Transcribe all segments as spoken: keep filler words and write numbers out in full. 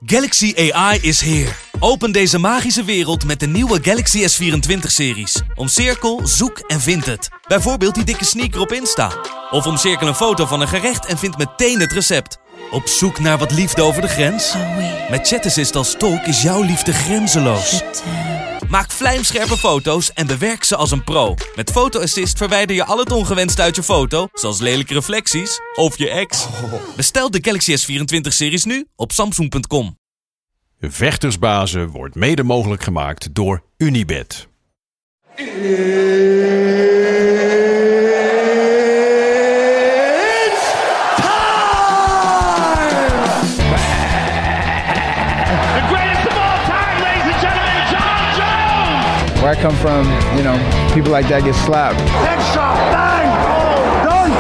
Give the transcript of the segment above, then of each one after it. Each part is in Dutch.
Galaxy A I is here. Open deze magische wereld met de nieuwe Galaxy S vierentwintig-series. Omcirkel, zoek en vind het. Bijvoorbeeld die dikke sneaker op Insta. Of omcirkel een foto van een gerecht en vind meteen het recept. Op zoek naar wat liefde over de grens? Met Chat Assist als tolk is jouw liefde grenzeloos. Maak vlijmscherpe foto's en bewerk ze als een pro. Met Photo Assist verwijder je al het ongewenst uit je foto, zoals lelijke reflecties of je ex. Bestel de Galaxy S vierentwintig-series nu op samsung punt com. Vechtersbazen wordt mede mogelijk gemaakt door Unibet. Where I come from, you know, people like that get slapped. Headshot, bang, oh, done.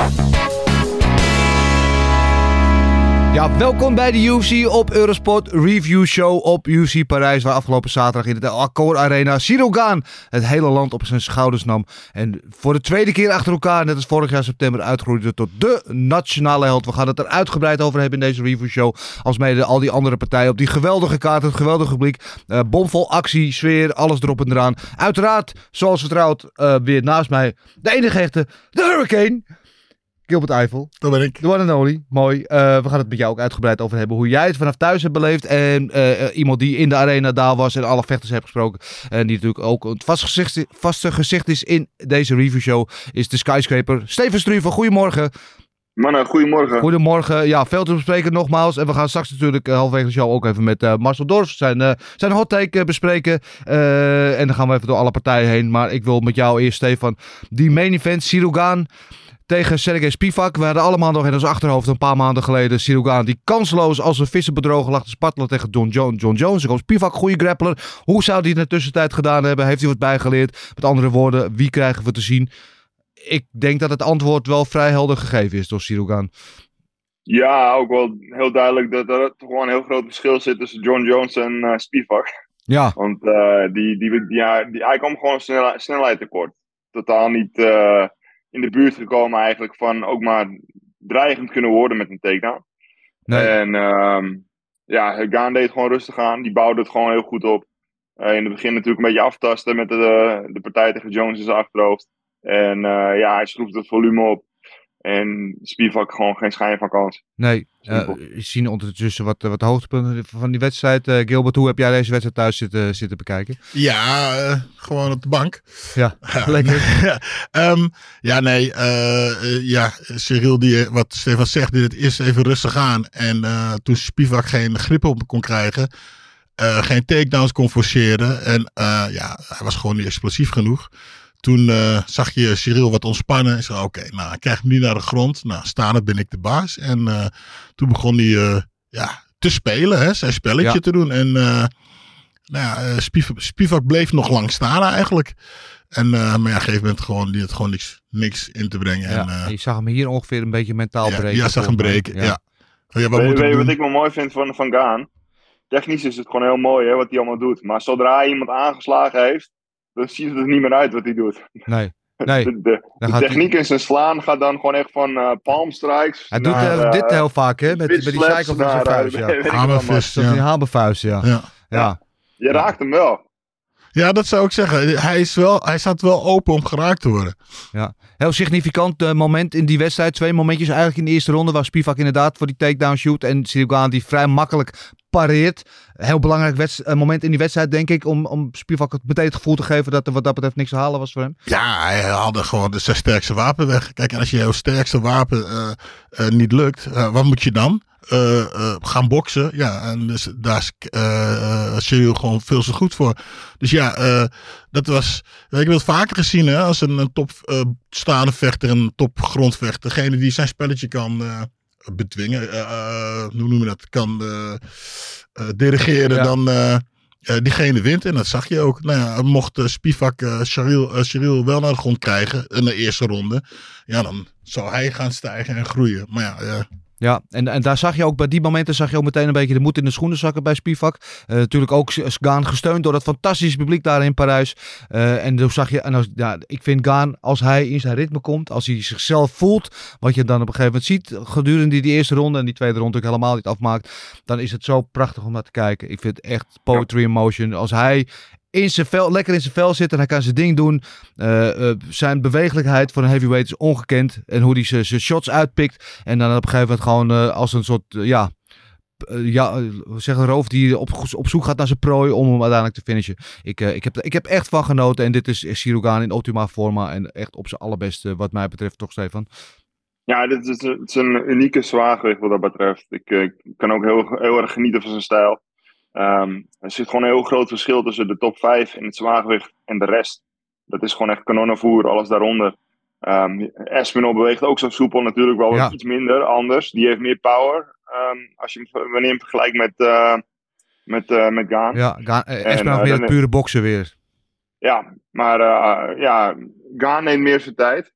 Ja, welkom bij de U F C op Eurosport Review Show op U F C Parijs, waar afgelopen zaterdag in de Accor Arena Ciryl Gane het hele land op zijn schouders nam. En voor de tweede keer achter elkaar, net als vorig jaar september, uitgroeide tot de nationale held. We gaan het er uitgebreid over hebben in deze review show. Alsmede al die andere partijen op die geweldige kaart, het geweldige publiek. Uh, bomvol actie, sfeer, alles erop en eraan. Uiteraard, zoals vertrouwd, uh, weer naast mij de enige echte, de Hurricane. Gilbert Eiffel. Dat ben ik. De one and only. Mooi. Uh, we gaan het met jou ook uitgebreid over hebben. Hoe jij het vanaf thuis hebt beleefd. En uh, uh, iemand die in de arena daar was en alle vechters heeft gesproken. En die natuurlijk ook een vast gezicht, vaste gezicht is in deze review show. Is de Skyscraper. Steven Struve, goedemorgen. Mannen, goedemorgen. Goedemorgen. Ja, veel te bespreken nogmaals. En we gaan straks natuurlijk uh, halverwege de show ook even met uh, Marcel Dorff zijn, uh, zijn hot take uh, bespreken. Uh, en dan gaan we even door alle partijen heen. Maar ik wil met jou eerst, Stefan, die main event, Ciryl Gane tegen Sergej Spivak. We hadden allemaal nog in ons achterhoofd een paar maanden geleden Ciryl Gane die kansloos als een vissenbedroger lag te spartelen tegen John, John, John Jones. Er komt Spivak, goede grappler. Hoe zou hij het in de tussentijd gedaan hebben? Heeft hij wat bijgeleerd? Met andere woorden, wie krijgen we te zien? Ik denk dat het antwoord wel vrij helder gegeven is door Ciryl Gane. Ja, ook wel heel duidelijk dat er toch wel een heel groot verschil zit tussen John Jones en uh, Spivak. Ja. Want uh, die, die, die, die, die, hij kwam gewoon snel, snelheid tekort. Totaal niet uh, in de buurt gekomen eigenlijk van ook maar dreigend kunnen worden met een takedown. Nee. En um, ja, Gane deed gewoon rustig aan. Die bouwde het gewoon heel goed op. Uh, in het begin natuurlijk een beetje aftasten met de, de partij tegen Jones in zijn achterhoofd. En uh, ja, hij schroefde het volume op. En Spivak gewoon geen schijn van kans. Nee, uh, je ziet ondertussen wat, wat de hoogtepunten van die wedstrijd. Uh, Gilbert, hoe heb jij deze wedstrijd thuis zitten, zitten bekijken? Ja, uh, gewoon op de bank. Ja, ja. Lekker. ja, um, ja, nee. Uh, uh, ja, Ciryl, die, wat Stefan zegt, die het eerst even rustig aan. En uh, toen Spivak geen grip op kon krijgen. Uh, geen takedowns kon forceren. En uh, ja, hij was gewoon niet explosief genoeg. Toen uh, zag je Ciryl wat ontspannen. En zei, oké, okay, nou, ik krijg hem nu naar de grond. Nou, staande ben ik de baas. En uh, toen begon hij uh, ja, te spelen, hè, zijn spelletje ja. te doen. En uh, nou ja, uh, Spivak, Spivak bleef nog lang staan eigenlijk. En, uh, maar ja, op een gegeven moment gewoon, die had gewoon niks, niks in te brengen. Ja, en, uh, je zag hem hier ongeveer een beetje mentaal ja, breken. Ja, zag hem breken, ja. ja. ja wat weet je wat ik wel mooi vind van, van Gane? Technisch is het gewoon heel mooi, hè, wat hij allemaal doet. Maar zodra hij iemand aangeslagen heeft, dan ziet het er niet meer uit wat hij doet. Nee, nee. De, de, de techniek hij... in zijn slaan gaat dan gewoon echt van uh, palm strikes. Hij doet uh, dit heel vaak, hè? Met, met die zijkant van zijn vuist. Ja. Hamervuist, ja. Die hamervuist, ja. Ja. ja. Je raakt hem wel. Ja, dat zou ik zeggen. Hij, is wel, hij staat wel open om geraakt te worden. Ja. Heel significant uh, moment in die wedstrijd. Twee momentjes eigenlijk in de eerste ronde waar Spivak inderdaad voor die takedown shoot. En Ciryl Gane die vrij makkelijk pareert. Heel belangrijk wedst- uh, moment in die wedstrijd, denk ik, om, om Spivak het meteen het gevoel te geven dat er wat dat betreft niks te halen was voor hem. Ja, hij haalde gewoon de, zijn sterkste wapen weg. Kijk, en als je jouw sterkste wapen uh, uh, niet lukt, uh, wat moet je dan? Uh, uh, gaan boksen. Ja, en dus, daar is uh, Ciryl gewoon veel te goed voor. Dus ja, uh, dat was... Ik heb het vaker gezien, hè, als een, een top uh, staande vechter, een top grondvechter, degene die zijn spelletje kan uh, bedwingen, uh, uh, hoe noemen we dat, kan uh, uh, dirigeren, ja. dan uh, uh, diegene wint. En dat zag je ook. Nou ja, mocht uh, Spivak uh, Ciryl, uh, Ciryl wel naar de grond krijgen in de eerste ronde, ja, dan zou hij gaan stijgen en groeien. Maar ja... Uh, Ja, en, en daar zag je ook, bij die momenten zag je ook meteen een beetje de moed in de schoenen zakken bij Spivak. Uh, natuurlijk ook Gaan gesteund door dat fantastische publiek daar in Parijs. Uh, en toen zag je, en als, ja, ik vind Gaan, als hij in zijn ritme komt, als hij zichzelf voelt, wat je dan op een gegeven moment ziet, gedurende die eerste ronde en die tweede ronde ook helemaal niet afmaakt, dan is het zo prachtig om naar te kijken. Ik vind het echt poetry in motion. Als hij in zijn vel, lekker in zijn vel zit en hij kan zijn ding doen. Uh, uh, zijn bewegelijkheid voor een heavyweight is ongekend. En hoe hij zijn shots uitpikt. En dan op een gegeven moment gewoon uh, als een soort, uh, ja, uh, ja uh, zeg een roof die op, op zoek gaat naar zijn prooi om hem uiteindelijk te finishen. Ik, uh, ik, heb, ik heb echt van genoten. En dit is Ciryl Gane in optima forma. En echt op zijn allerbeste wat mij betreft, toch Stefan? Ja, dit is, het is een unieke zwaargewicht wat dat betreft. Ik, uh, ik kan ook heel, heel erg genieten van zijn stijl. Um, er zit gewoon een heel groot verschil tussen de top vijf in het zwaargewicht en de rest. Dat is gewoon echt kanonnenvoer, alles daaronder. Um, Aspinall beweegt ook zo soepel, natuurlijk wel ja. iets minder anders. Die heeft meer power, um, als je hem, wanneer je hem vergelijkt met, uh, met, uh, met Gaan. Ja, Gaan, uh, Aspinall heeft uh, meer het pure boksen weer. Ja, maar uh, ja, Gaan neemt meer zijn tijd.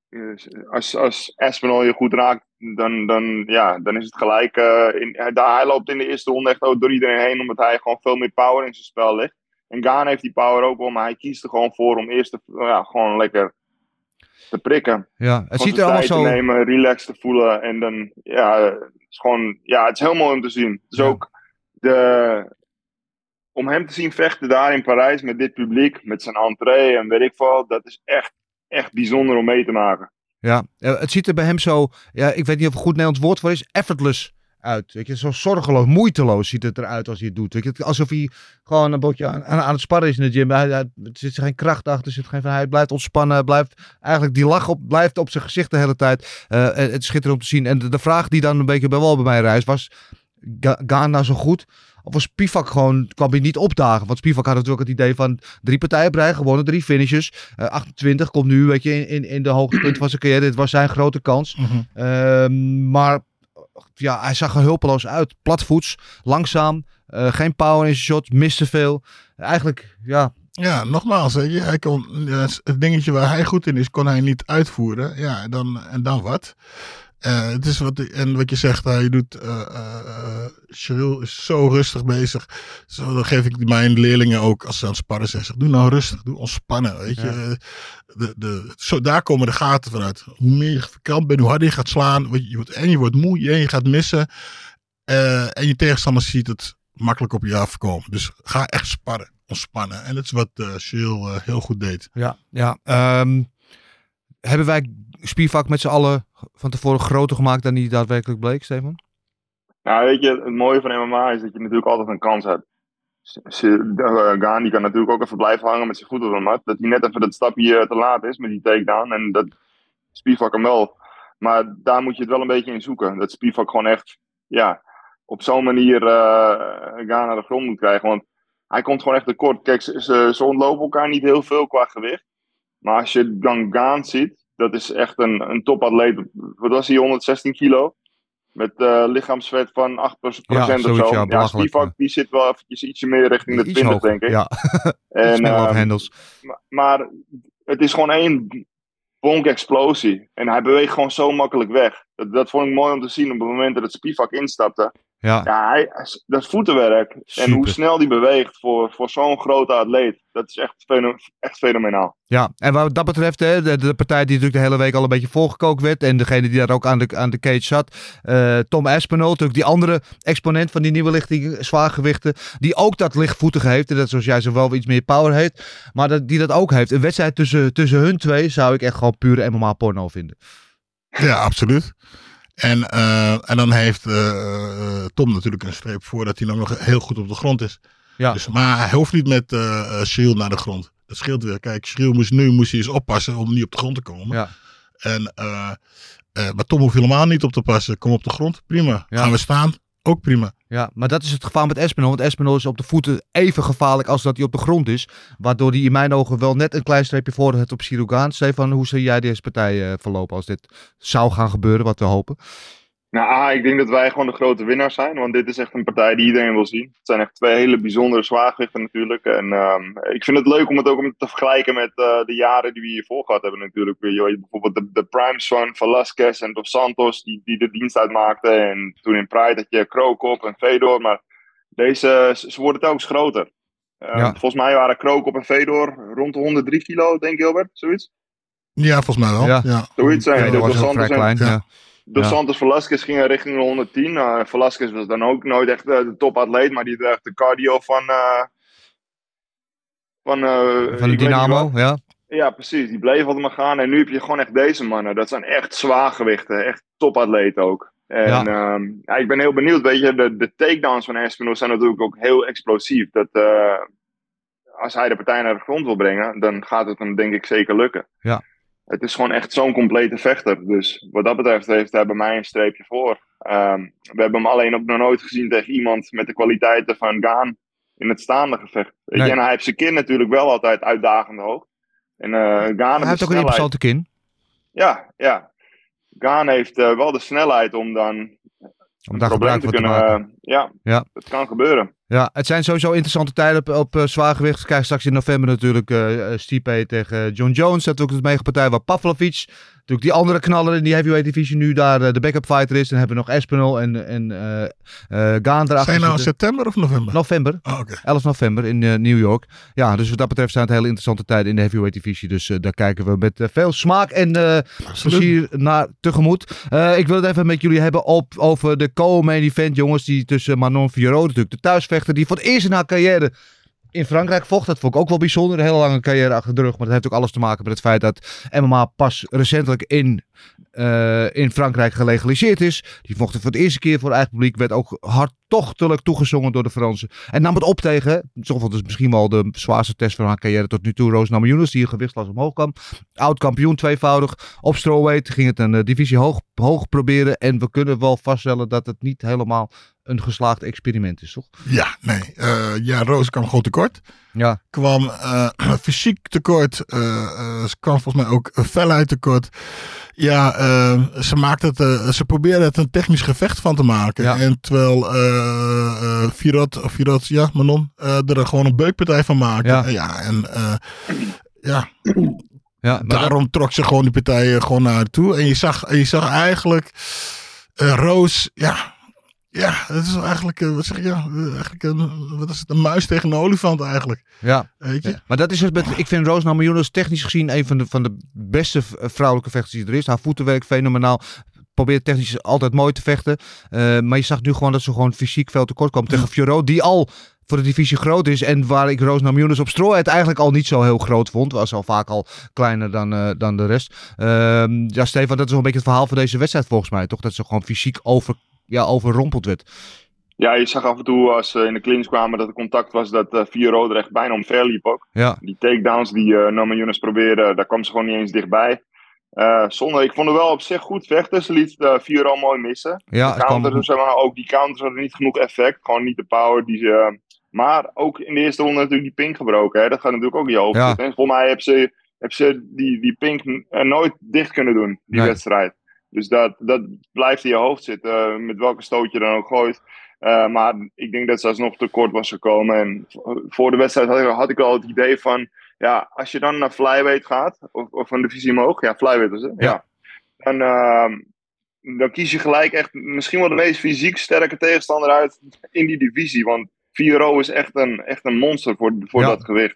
Als, als Aspinall je goed raakt, dan, dan, ja, dan is het gelijk. Uh, in, hij, hij loopt in de eerste ronde echt door iedereen heen, omdat hij gewoon veel meer power in zijn spel ligt. En Gaan heeft die power ook wel, maar hij kiest er gewoon voor om eerst te, ja, gewoon lekker te prikken. Ja, het ziet er allemaal zo... te nemen, relaxed te voelen. En dan, ja, het is gewoon, ja, het is heel mooi om te zien. Het is ja. ook de... Om hem te zien vechten daar in Parijs met dit publiek, met zijn entree en weet ik veel, dat is echt, echt bijzonder om mee te maken. Ja, het ziet er bij hem zo, ja, ik weet niet of het goed Nederlands woord voor is, effortless uit. Weet je, zo zorgeloos, moeiteloos ziet het eruit als hij het doet. Weet je, alsof hij gewoon een bootje aan, aan het sparren is in de gym. Hij, hij, er zit geen kracht achter, zit geen, hij blijft ontspannen, blijft eigenlijk die lach op, blijft op zijn gezicht de hele tijd. Uh, het is schitterend om te zien. En de, de vraag die dan een beetje bij wel bij mij reist was, Gaan nou zo goed? Of was Spivak gewoon, kwam hij niet opdagen? Want Spivak had natuurlijk het idee van drie partijen op rij, gewonnen, drie finishes. Uh, achtentwintig komt nu, weet je, in, in, in de hoogtepunt van zijn carrière. Dit was zijn grote kans. Mm-hmm. Uh, maar ja, hij zag er hulpeloos uit. Platvoets, langzaam, uh, geen power in zijn shot, miste veel. Eigenlijk, ja... Ja, nogmaals, weet je, hij kon, het dingetje waar hij goed in is, kon hij niet uitvoeren. Ja, dan, en dan wat? Uh, het is wat, en wat je zegt, hij doet, uh, uh, Ciryl is zo rustig bezig. Zo, dan geef ik mijn leerlingen ook, als ze aan het sparren zijn, zeg, doe nou rustig, doe ontspannen, weet je. Ja. De, de, zo, daar komen de gaten vanuit. Hoe meer je verkrampt bent, hoe harder je gaat slaan, je wordt, en je wordt moe, en je gaat missen. Uh, en je tegenstander ziet het makkelijk op je afkomen. Dus ga echt sparren, ontspannen. En dat is wat uh, Ciryl uh, heel goed deed. Ja, ja. Um, hebben wij Spivak met z'n allen van tevoren groter gemaakt dan die daadwerkelijk bleek, Stefan? Nou, weet je, het mooie van M M A is dat je natuurlijk altijd een kans hebt. Gaan die kan natuurlijk ook even blijven hangen met zijn voeten op de mat. Dat hij net even dat stapje te laat is met die takedown. En dat Spivak hem wel. Maar daar moet je het wel een beetje in zoeken. Dat Spivak gewoon echt, ja, op zo'n manier uh, Gaan naar de grond moet krijgen. Want hij komt gewoon echt tekort. Kijk, ze, ze, ze ontlopen elkaar niet heel veel qua gewicht. Maar als je dan Gaan ziet, dat is echt een, een topatleet. Wat was hij, honderdzestien kilo? Met uh, lichaamsvet van acht procent ja, of zo. Ja, ja Spivak die zit wel eventjes ietsje meer richting de twintig, hoog, denk ik. Ja, en, uh, maar, maar het is gewoon één bonk-explosie. En hij beweegt gewoon zo makkelijk weg. Dat, dat vond ik mooi om te zien op het moment dat het Spivak instapte. Ja, ja hij, dat voetenwerk super. En hoe snel die beweegt voor, voor zo'n grote atleet, dat is echt, feno- echt fenomenaal. Ja, en wat dat betreft, hè, de, de partij die natuurlijk de hele week al een beetje volgekookt werd en degene die daar ook aan de, aan de cage zat, uh, Tom Aspinall, natuurlijk die andere exponent van die nieuwe lichting zwaargewichten, die ook dat lichtvoetige heeft en dat zoals jij zo wel iets meer power heeft, maar dat, die dat ook heeft. Een wedstrijd tussen, tussen hun twee zou ik echt gewoon pure M M A porno vinden. Ja, absoluut. En, uh, en dan heeft uh, uh, Tom natuurlijk een streep voor dat hij dan nog heel goed op de grond is. Ja. Dus, maar hij hoeft niet met uh, Ciryl naar de grond. Dat scheelt weer. Kijk, Ciryl moest nu moest hij eens oppassen om niet op de grond te komen. Ja. En, uh, uh, maar Tom hoeft helemaal niet op te passen. Kom op de grond, prima. Ja. Gaan we staan, ook prima. Ja, maar dat is het gevaar met Aspinall. Want Aspinall is op de voeten even gevaarlijk als dat hij op de grond is. Waardoor hij in mijn ogen wel net een klein streepje voor heeft op Ciryl Gane. Stefan, hoe zie jij deze partij uh, verlopen als dit zou gaan gebeuren, wat we hopen? Nou, ah, ik denk dat wij gewoon de grote winnaars zijn. Want dit is echt een partij die iedereen wil zien. Het zijn echt twee hele bijzondere zwaargewichten natuurlijk. En um, ik vind het leuk om het ook om te vergelijken met uh, de jaren die we hiervoor gehad hebben natuurlijk. Je, bijvoorbeeld de, de primes van Velasquez en Dos Santos die, die de dienst uitmaakten. En toen in Pride had je Krokop en Fedor. Maar deze, ze worden telkens groter. Uh, ja. Volgens mij waren Krokop en Fedor rond de honderd drie kilo, denk je, Gilbert? Zoiets? Ja, volgens mij wel. Ja. Ja. Zoiets zijn. Ja, dat was heel vrij klein, ja. ja. Dos Santos Velasquez ging richting de honderdtien. Uh, Velasquez was dan ook nooit echt uh, de topatleet, maar die had echt de cardio van... Uh, van, uh, van de Dynamo, ja. Ja, precies. Die bleef altijd maar gaan. En nu heb je gewoon echt deze mannen. Dat zijn echt zwaargewichten. Echt topatleten ook. En ja. Um, ja, ik ben heel benieuwd. Weet je, de, de takedowns van Espinol zijn natuurlijk ook heel explosief. Dat, uh, als hij de partij naar de grond wil brengen, dan gaat het hem denk ik zeker lukken. Ja. Het is gewoon echt zo'n complete vechter. Dus wat dat betreft heeft hij bij mij een streepje voor. Um, we hebben hem alleen ook nog nooit gezien tegen iemand met de kwaliteiten van Gaan in het staande gevecht. Weet je? Nee. En hij heeft zijn kin natuurlijk wel altijd uitdagend hoog. En, uh, Gaan hij heeft ook een interessante kin. Ja, ja. Gaan heeft uh, wel de snelheid om dan om daar gebruik van te maken. Uh, ja, ja, dat kan gebeuren. Ja, het zijn sowieso interessante tijden op, op uh, zwaargewicht. We krijgen straks in november natuurlijk uh, Stipe tegen John Jones. Dat is ook de megapartij waar Pavlovic, natuurlijk die andere knaller in die heavyweight division, nu daar uh, de backup fighter is. Dan hebben we nog Espinol en, en uh, uh, Gaan erachter. Zijn nou september of november? November. Oh, okay. elf november in uh, New York. Ja, dus wat dat betreft zijn het hele interessante tijden in de heavyweight divisie. Dus uh, daar kijken we met uh, veel smaak en uh, plezier naar tegemoet. Uh, ik wil het even met jullie hebben op, over de co-main event, jongens, die tussen Manon Fiorot, natuurlijk de thuisvechter, die voor het eerst in haar carrière in Frankrijk vocht. Dat vond ik ook wel bijzonder. Een hele lange carrière achter de rug. Maar dat heeft ook alles te maken met het feit dat M M A pas recentelijk in, uh, in Frankrijk gelegaliseerd is. Die vocht voor het eerste keer voor eigen publiek. Werd ook hartstochtelijk toegezongen door de Fransen. En nam het op tegen, zoveel dus misschien wel de zwaarste test van haar carrière tot nu toe, Rose Namajunas, die een gewichtsklasse omhoog kwam. Oud kampioen, tweevoudig. Op strawweight ging het een uh, divisie hoog, hoog proberen. En we kunnen wel vaststellen dat het niet helemaal een geslaagd experiment is, toch? Ja, nee. Uh, ja, Roos kwam gewoon tekort. Ja. Kwam uh, fysiek tekort. Uh, uh, ze kwam volgens mij ook uh, felheid tekort. Ja, uh, ze maakt het, uh, ze probeerde het een technisch gevecht van te maken. Ja. En terwijl uh, uh, Fiorot, of Fiorot, ja, Manon, uh, er gewoon een beukpartij van maakte. Ja, ja en uh, ja... Ja, daarom dat... trok ze gewoon die partijen gewoon naar haar toe. En je zag, je zag eigenlijk uh, Roos, ja... Ja, het is eigenlijk, uh, wat zeg je, ja, uh, eigenlijk een, wat is het, een muis tegen een olifant eigenlijk. Ja, weet je? Ja. Maar dat is het met, ik vind Rose Namajunas technisch gezien een van de, van de beste vrouwelijke vechters die er is. Haar voetenwerk fenomenaal. Probeert technisch altijd mooi te vechten. Uh, maar je zag nu gewoon dat ze gewoon fysiek veel tekort kwam tegen Fiorot, die al voor de divisie groot is. En waar ik Rose Namajunas op stro het eigenlijk al niet zo heel groot vond. Was al vaak al kleiner dan, uh, dan de rest. Uh, ja, Stefan, dat is wel een beetje het verhaal van deze wedstrijd volgens mij. Toch dat ze gewoon fysiek over... ja, overrompeld werd. Ja, je zag af en toe als ze in de clinch kwamen dat er contact was dat uh, Fiorot er echt bijna omver liep ook. Ja. Die takedowns die uh, Namajunas probeerde, daar kwam ze gewoon niet eens dichtbij. Uh, zonder, ik vond het wel op zich goed vechten. Ze liet uh, Fiorot mooi missen. Ja, de counter, kwam... zeg maar, ook die counters hadden niet genoeg effect. Gewoon niet de power die ze... Uh, maar ook in de eerste ronde natuurlijk die pink gebroken. Hè? Dat gaat natuurlijk ook in je hoofd ja. zitten. En volgens mij hebben ze, hebben ze die, die pink uh, nooit dicht kunnen doen, die nee. wedstrijd. Dus dat, dat blijft in je hoofd zitten, uh, met welke stoot je dan ook gooit. Uh, maar ik denk dat ze alsnog tekort was gekomen. En voor de wedstrijd had ik, had ik al het idee van... ja, als je dan naar flyweight gaat, of, of een divisie omhoog... ja, flyweight was het, ja. ja. Dan, uh, dan kies je gelijk echt misschien wel de meest fysiek sterke tegenstander uit in die divisie. Want Fiorot is echt een, echt een monster voor, voor ja. dat gewicht.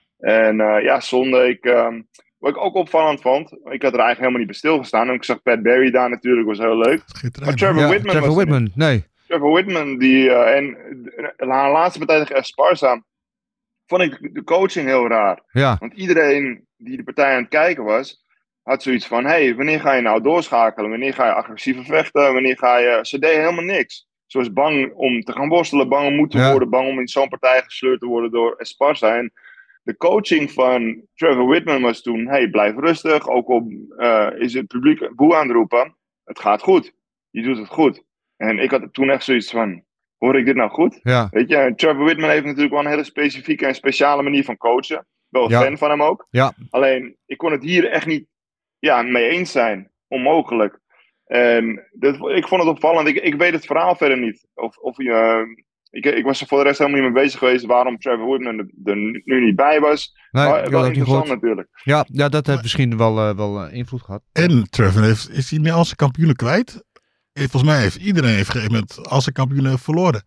En uh, ja, zonde ik... Um, Wat ik ook opvallend vond, ik had er eigenlijk helemaal niet bij stilgestaan. En ik zag Pat Barry daar natuurlijk, was heel leuk. Maar Trevor ja, Whitman Trevor was Whitman, niet. nee. Trevor Whitman, die, uh, en de laatste partij tegen Esparza, vond ik de coaching heel raar. Ja. Want iedereen die de partij aan het kijken was, had zoiets van, hé, hey, wanneer ga je nou doorschakelen? Wanneer ga je agressiever vechten? Wanneer ga je... Ze deden helemaal niks. Ze was bang om te gaan worstelen, bang om moeten ja. worden, bang om in zo'n partij gesleurd te worden door Esparza. En de coaching van Trevor Whitman was toen, hey, blijf rustig. Ook al uh, is het publiek boe aan het roepen. Het gaat goed. Je doet het goed. En ik had toen echt zoiets van, hoor ik dit nou goed? Ja. Weet je, Trevor Whitman heeft natuurlijk wel een hele specifieke en speciale manier van coachen. Wel een ja. fan van hem ook. Ja. Alleen, ik kon het hier echt niet ja, mee eens zijn. Onmogelijk. En dat, ik vond het opvallend. Ik, ik weet het verhaal verder niet. Of, of uh, ik, ik was er voor de rest helemaal niet mee bezig geweest waarom Trevor Woodman er, er nu niet bij was. Nee, maar wel interessant natuurlijk. Ja, ja, dat heeft misschien wel, uh, wel uh, invloed gehad. En Trevor heeft, is hij nu al zijn kampioenen kwijt? Volgens mij heeft iedereen heeft gegeven met al zijn kampioenen verloren.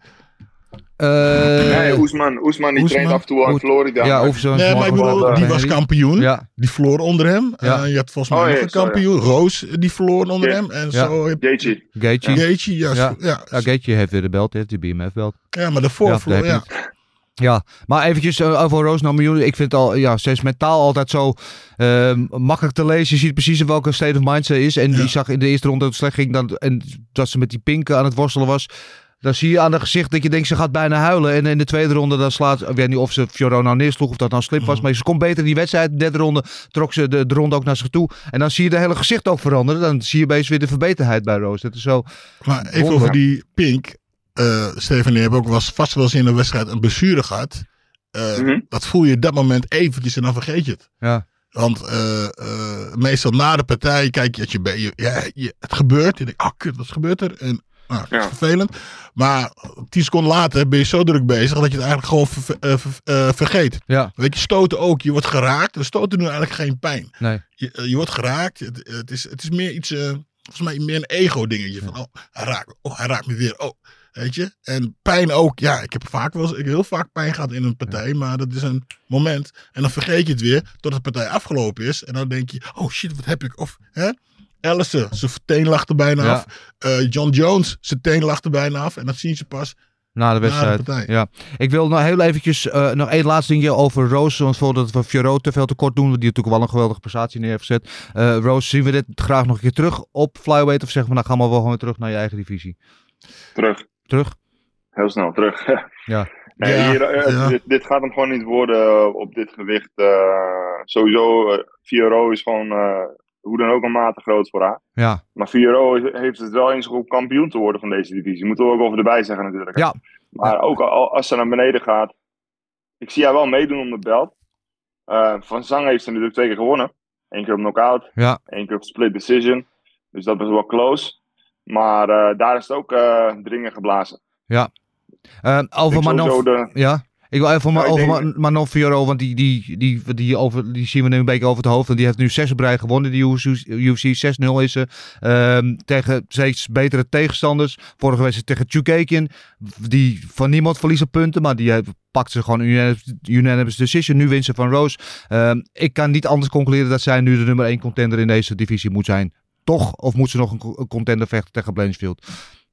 Uh, nee, Oesman, Oesman die traint af en toe aan Florida. Ja, of zo. Nee, maar ik bedoel, die was kampioen. Ja. Die verloor onder hem. Ja. Uh, je had volgens mij oh, nog een kampioen. Ja. Roos, die verloor onder ja. hem. En ja. zo. Gaethje. Gaethje. Gaethje, ja. Ja. ja. ja Gaethje heeft weer de belt, heeft die B M F-belt. Ja, maar daarvoor ja, verloor, ja. Ja, maar eventjes uh, over Roos Namajunas. Ik vind het al, ja, steeds mentaal altijd zo uh, makkelijk te lezen. Je ziet precies in welke state of mind ze is. En ja. die zag in de eerste ronde dat het slecht ging. Dan, en dat ze met die pinken aan het worstelen was. Dan zie je aan haar gezicht dat je denkt ze gaat bijna huilen. En in de tweede ronde dan slaat, ik weet niet of ze Fiorot nou neersloeg of dat nou slip was. Mm. Maar ze komt beter in die wedstrijd. De derde ronde trok ze de, de ronde ook naar zich toe. En dan zie je de hele gezicht ook veranderen. Dan zie je opeens weer de verbeterheid bij Roos. Dat is zo. Maar even wonder. Over die pink. Uh, Stefan, je hebt ook was vast wel eens in een wedstrijd een blessure gehad. Uh, mm-hmm. Dat voel je op dat moment eventjes en dan vergeet je het. Ja. Want uh, uh, meestal na de partij kijk je, je, je, ja, je het gebeurt. Je denkt, ah, kut, wat gebeurt er? En nou, dat is ja. vervelend. Maar tien seconden later ben je zo druk bezig dat je het eigenlijk gewoon ver, uh, ver, uh, vergeet. Ja. Weet je, stoten ook. Je wordt geraakt. We stoten nu eigenlijk geen pijn. Nee. Je, uh, je wordt geraakt. Het, het, is, het is meer iets, uh, volgens mij meer een ego dingetje. Van, oh, hij raakt, oh, hij raakt me weer. Oh. Weet je? En pijn ook. Ja, ik heb vaak wel eens, ik heb heel vaak pijn gehad in een partij. Ja. Maar dat is een moment. En dan vergeet je het weer totdat de partij afgelopen is. En dan denk je, oh shit, wat heb ik? Of, hè? Ellison, zijn teen lag er bijna ja. af. Uh, John Jones, zijn teen lag er bijna af. En dat zien ze pas na de wedstrijd. Na de ja. Ik wil nog heel eventjes, uh, nog één laatste dingetje over Rose. Want voordat we Fiorot te veel tekort doen. Die natuurlijk wel een geweldige prestatie neer heeft gezet. Uh, Rose, zien we dit graag nog een keer terug op flyweight? Of zeggen we, nou gaan we wel gewoon terug naar je eigen divisie? Terug. Terug? Heel snel terug. ja. Nee, ja, hier, uh, ja. Dit, dit gaat hem gewoon niet worden uh, op dit gewicht. Uh, sowieso, uh, Fiorot is gewoon uh, hoe dan ook een mate groot voor haar. Ja. Maar Fiorot heeft het wel in zich om kampioen te worden van deze divisie. Moeten we ook over erbij zeggen natuurlijk. Ja. Maar ja. ook al, als ze naar beneden gaat. Ik zie haar wel meedoen om de belt. Uh, van Zhang heeft ze natuurlijk twee keer gewonnen. Eén keer op knockout. Ja. Één keer op split decision. Dus dat was wel close. Maar uh, daar is het ook uh, dringend geblazen. Ja. Uh, over Manon. De... Ja. Ik wil even ja, over denk... Manon Fiorot, want die, die, die, die, over, die zien we nu een beetje over het hoofd. En die heeft nu zes op rij gewonnen. Die U F C zes nul is ze. Um, tegen steeds betere tegenstanders. Vorige wedstrijd tegen Chookagian. Die van niemand verliezen punten. Maar die pakt ze gewoon een unanimous decision. Nu wint ze van Rose. Um, ik kan niet anders concluderen dat zij nu de nummer één contender in deze divisie moet zijn. Toch? Of moet ze nog een contender vechten tegen Blanchfield?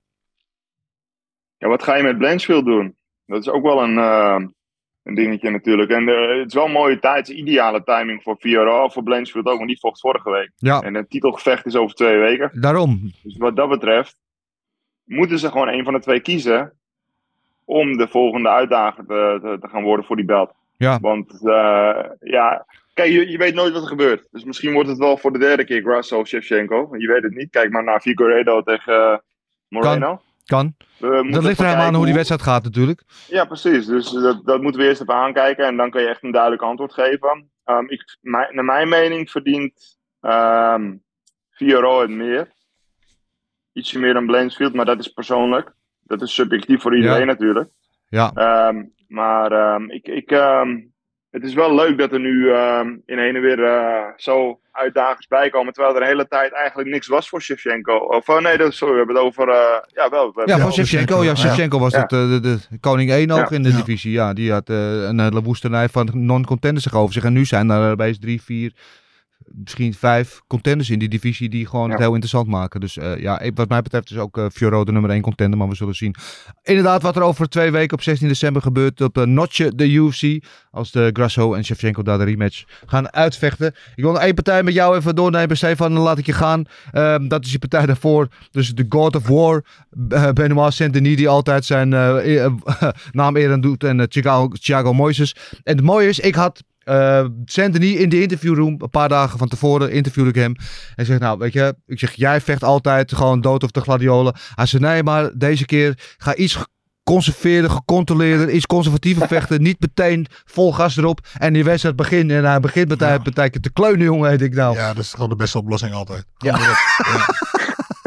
Ja, wat ga je met Blanchfield doen? Dat is ook wel een, uh, een dingetje natuurlijk. En uh, het is wel een mooie tijd. Het is ideale timing voor Fiorot, voor Blanchfield ook. Want die vocht vorige week. Ja. En het titelgevecht is over twee weken. Daarom. Dus wat dat betreft moeten ze gewoon een van de twee kiezen om de volgende uitdager te, te, te gaan worden voor die belt. Ja. Want uh, ja... Kijk, je, je weet nooit wat er gebeurt. Dus misschien wordt het wel voor de derde keer Grasso of Shevchenko. Je weet het niet. Kijk maar naar Figueiredo tegen uh, Moreno. Kan. kan. Dat ligt er helemaal aan hoe die wedstrijd gaat natuurlijk. Ja, precies. Dus dat, dat moeten we eerst even aankijken. En dan kan je echt een duidelijk antwoord geven. Um, ik, mijn, naar mijn mening verdient um, Fiorot het meer. Ietsje meer dan Blanchfield, maar dat is persoonlijk. Dat is subjectief voor iedereen ja. natuurlijk. Ja. Um, maar um, ik... ik um, het is wel leuk dat er nu uh, in heen en weer uh, zo uitdagers bij komen. Terwijl er de hele tijd eigenlijk niks was voor Shevchenko. Of uh, nee, dat, sorry, we hebben het over... Uh, ja, wel. Ja, voor Shevchenko. Ja, Shevchenko was ja. het, uh, de, de koning één ook ja. in de ja. divisie. Ja, die had uh, een hele woestenij van non-contenders zich over zich. En nu zijn er bij drie, vier, misschien vijf contenders in die divisie die gewoon ja. het heel interessant maken. Dus uh, ja, wat mij betreft is ook uh, Fiorot de nummer één contender, maar we zullen zien. Inderdaad, wat er over twee weken op zestien december gebeurt op uh, Notje, de U F C. Als de Grasso en Shevchenko daar de rematch gaan uitvechten. Ik wil nog één partij met jou even doornemen, Stefan, dan laat ik je gaan. Uh, dat is die partij daarvoor. Dus de God of War, uh, Benoit Saint-Denis, die altijd zijn uh, uh, uh, naam eer aan doet. En uh, Thiago, Thiago Moises. En het mooie is, ik had... Uh, Saint-Denis in de interviewroom, een paar dagen van tevoren interviewde ik hem. En zeg, nou weet je, ik zeg, jij vecht altijd gewoon dood of de gladiolen. Hij zei, nee, maar deze keer ga iets geconserveerder, gecontroleerder, iets conservatiever vechten. Niet meteen vol gas erop. En die wedstrijd begint en hij begint met ja. betekent te kleunen, jongen, heet ik nou. Ja, dat is gewoon de beste oplossing altijd. Ja. ja.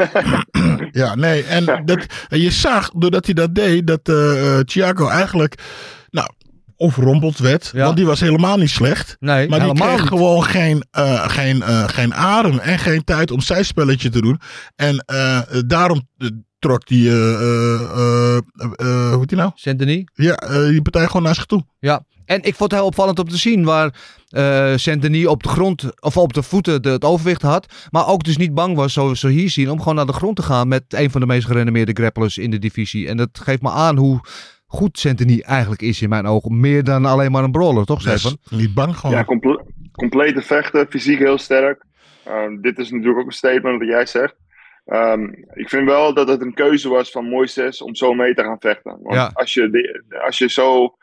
Ja, nee. En, dat, en je zag, doordat hij dat deed, dat uh, Thiago eigenlijk nou, overrompeld werd. Ja. Want die was helemaal niet slecht. Nee, maar die helemaal kreeg niet. gewoon geen, uh, geen, uh, geen adem en geen tijd om zijn spelletje te doen. En uh, daarom uh, trok die, uh, uh, uh, uh, hoe heet die nou? Saint-Denis? Ja, uh, die partij gewoon naar zich toe. Ja. En ik vond het heel opvallend om te zien waar uh, Saint-Denis op de grond, of op de voeten de, het overwicht had. Maar ook dus niet bang was, zoals we hier zien, om gewoon naar de grond te gaan met een van de meest gerenommeerde grapplers in de divisie. En dat geeft me aan hoe goed Saint-Denis eigenlijk is in mijn ogen. Meer dan alleen maar een brawler, toch Stefan? Yes, niet bang gewoon. Ja, comple- complete vechten, fysiek heel sterk. Um, dit is natuurlijk ook een statement wat jij zegt. Um, ik vind wel dat het een keuze was van Moises om zo mee te gaan vechten. Want Ja. als, je de, als je zo...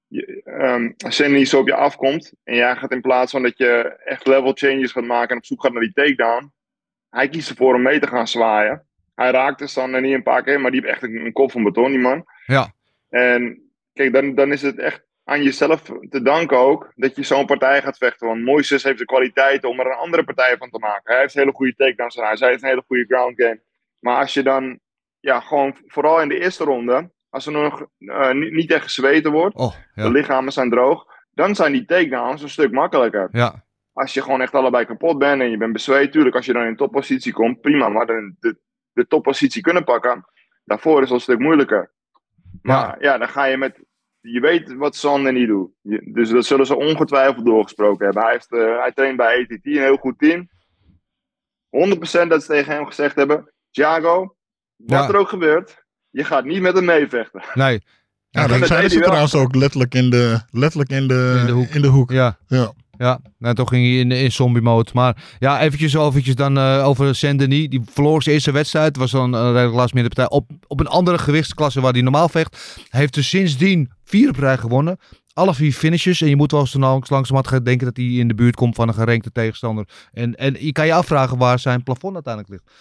Um, Saint-Denis zo op je afkomt en jij gaat in plaats van dat je echt level changes gaat maken en op zoek gaat naar die takedown, hij kiest ervoor om mee te gaan zwaaien. Hij raakte Sander niet een paar keer, maar die heeft echt een, een kop van beton, die man. Ja. En kijk, dan, dan is het echt aan jezelf te danken ook dat je zo'n partij gaat vechten. Want Moises heeft de kwaliteiten om er een andere partij van te maken. Hij heeft hele goede takedowns en hij heeft een hele goede ground game. Maar als je dan, ja, gewoon vooral in de eerste ronde, als er nog uh, niet, niet echt gezweten wordt, Oh, ja. de lichamen zijn droog, dan zijn die takedowns een stuk makkelijker. Ja. Als je gewoon echt allebei kapot bent en je bent bezweet, tuurlijk, als je dan in toppositie komt, prima. Maar de, de, de toppositie kunnen pakken, daarvoor is het een stuk moeilijker. Maar ja, ja dan ga je met, je weet wat Sander niet doet. Je, dus dat zullen ze ongetwijfeld doorgesproken hebben. Hij, heeft, uh, hij traint bij A T T, een heel goed team. honderd procent dat ze tegen hem gezegd hebben, Thiago, wat Ja. er ook gebeurt, je gaat niet met hem meevechten. Nee. Ja, dat dan deed zijn hij ze wel. trouwens ook letterlijk in de, letterlijk in de, In de hoek. In de hoek. Ja. Ja. Ja, nou, toen ging hij in, in zombie mode. Maar ja, eventjes, eventjes dan uh, over Saint-Denis. Die verloor zijn eerste wedstrijd. Was dan een redelijk last minute partij. Op, op een andere gewichtsklasse waar hij normaal vecht. Hij heeft dus sindsdien vier op rij gewonnen. Alle vier finishes. En je moet wel eens langs, langzamerhand gaan denken dat hij in de buurt komt van een gerankte tegenstander. En, en je kan je afvragen waar zijn plafond uiteindelijk ligt.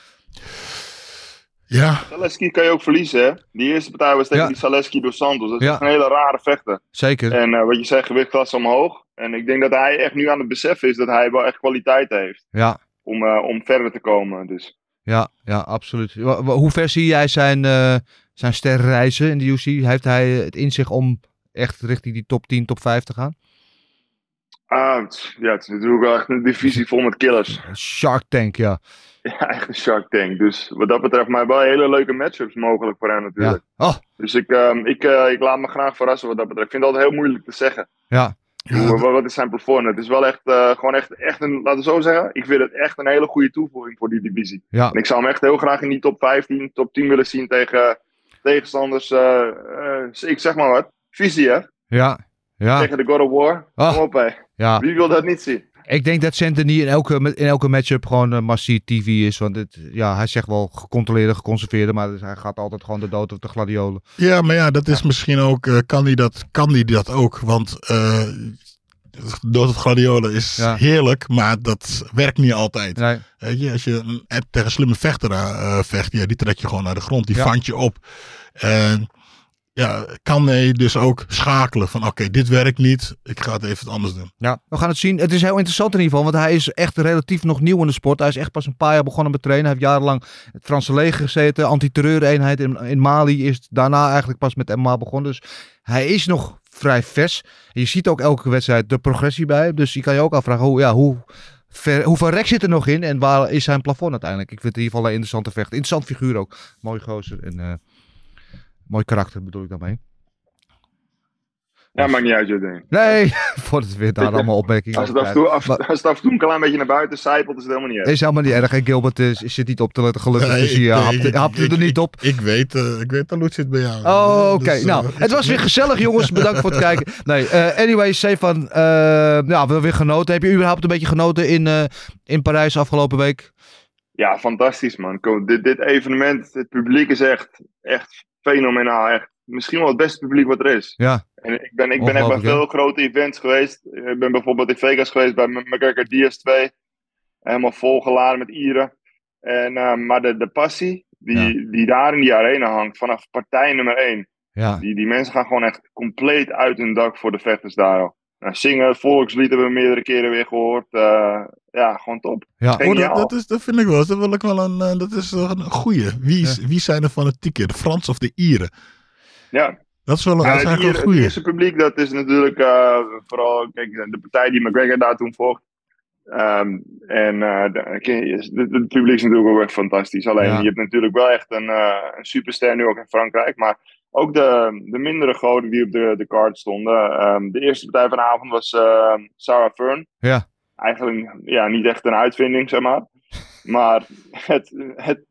Ja. Zaleski kan je ook verliezen, hè? Die eerste partij was tegen Ja. die Zaleski dos Santos. Dat is Ja. echt een hele rare vechter. Zeker. En uh, wat je zegt, gewichtklasse omhoog. En ik denk dat hij echt nu aan het beseffen is dat hij wel echt kwaliteit heeft. Ja. Om, uh, om verder te komen. Dus. Ja, ja, absoluut. Wa- wa- Hoe ver zie jij zijn, uh, zijn sterrenreizen in de U F C? Heeft hij het in zich om echt richting die top tien, top vijf te gaan? Ah, het, ja, het is natuurlijk wel echt een divisie vol met killers. Shark Tank, ja. Ja, echt een Shark Tank. Dus wat dat betreft, maar wel hele leuke matchups mogelijk voor hem natuurlijk. Ja. Oh, Dus ik, um, ik, uh, ik laat me graag verrassen wat dat betreft. Ik vind het altijd heel moeilijk te zeggen. ja. Hoe, wat, wat is zijn plafond? Het is wel echt, uh, gewoon echt, echt een, laten we zo zeggen, ik vind het echt een hele goede toevoeging voor die divisie. Ja. En ik zou hem echt heel graag in die top vijftien, top tien willen zien tegen tegenstanders, uh, uh, ik zeg maar wat, visie hè, Ja. Ja. tegen de God of War. Oh. Kom op hé, Ja. wie wil dat niet zien? Ik denk dat Saint-Denis in elke, in elke matchup gewoon uh, massief T V is. Want het, ja, hij zegt wel gecontroleerde, geconserveerde. Maar dus hij gaat altijd gewoon de dood op de gladiolen. Ja, maar ja, dat is misschien ook, uh, kan hij dat, kan hij dat ook? Want uh, dood op gladiolen is Ja. heerlijk, maar dat werkt niet altijd. Nee. Weet je, als je een, tegen een slimme vechter uh, vecht, ja, die trek je gewoon naar de grond, die Ja. vangt je op. En ja, kan hij dus ook schakelen van oké, okay, dit werkt niet, ik ga het even anders doen. Ja, we gaan het zien. Het is heel interessant in ieder geval, want hij is echt relatief nog nieuw in de sport. Hij is echt pas een paar jaar begonnen met trainen. Hij heeft jarenlang het Franse leger gezeten, antiterreureenheid in, in Mali, is daarna eigenlijk pas met M M A begonnen. Dus hij is nog vrij vers. En je ziet ook elke wedstrijd de progressie bij hem. Dus je kan je ook afvragen, hoe, ja, hoe, ver, hoeveel rek zit er nog in en waar is zijn plafond uiteindelijk? Ik vind het in ieder geval een interessante vecht. Interessant figuur ook. Mooi gozer en uh, mooi karakter bedoel ik daarmee. Ja, maakt niet uit, Jordan. Nee, voordat we weer daar allemaal opmerkingen Als het, over af en toe, af, Maar- als het af en toe een klein beetje naar buiten zijpelt, is het helemaal niet erg. is helemaal niet erg. En Gilbert is, zit niet op te letten, gelukkig. Nee, dus ik- je ik- hapt, ik- hapt het er ik- niet op. Ik weet, uh, ik weet dat Loet zit bij jou. Oh, oké. Dus, uh, Nou, het was weer gezellig, jongens. Bedankt voor het kijken. Nee, uh, anyway, Stefan. Uh, ja, we hebben weer genoten. Heb je überhaupt een beetje genoten in, uh, in Parijs afgelopen week? Ja, fantastisch man. Kom, dit, dit evenement, het publiek is echt, echt fenomenaal. Echt. Misschien wel het beste publiek wat er is. Ja. En ik ben, ik ben echt bij Ongelooflijk, veel grote events geweest. Ik ben bijvoorbeeld in Vegas geweest bij M- McGregor D S twee. Helemaal volgeladen met Ieren. En, uh, maar de, de passie die, Ja. die daar in die arena hangt, vanaf partij nummer één. Ja. Die, die mensen gaan gewoon echt compleet uit hun dak voor de vechters daar. Al. Nou, zingen, het volkslied hebben we meerdere keren weer gehoord. Uh, ja, gewoon top. Ja. Oh, dat, dat, is, dat vind ik wel. Dat, wil ik wel een, uh, dat is een goeie. Wie, is, ja. wie zijn er fanatieker? De Frans of de Ieren? Ja. Dat is wel een, ja, dat is eigenlijk een goeie. Het eerste publiek, dat is natuurlijk uh, vooral kijk, de partij die McGregor daar toen vocht. Um, en uh, het publiek is natuurlijk ook echt fantastisch. Alleen, ja. je hebt natuurlijk wel echt een, uh, een superster nu ook in Frankrijk. Maar ook de, de mindere goden die op de, de card stonden. Um, de eerste partij vanavond was uh, Sarah Fern. Ja. Eigenlijk ja, niet echt een uitvinding, zeg maar. Maar het, het,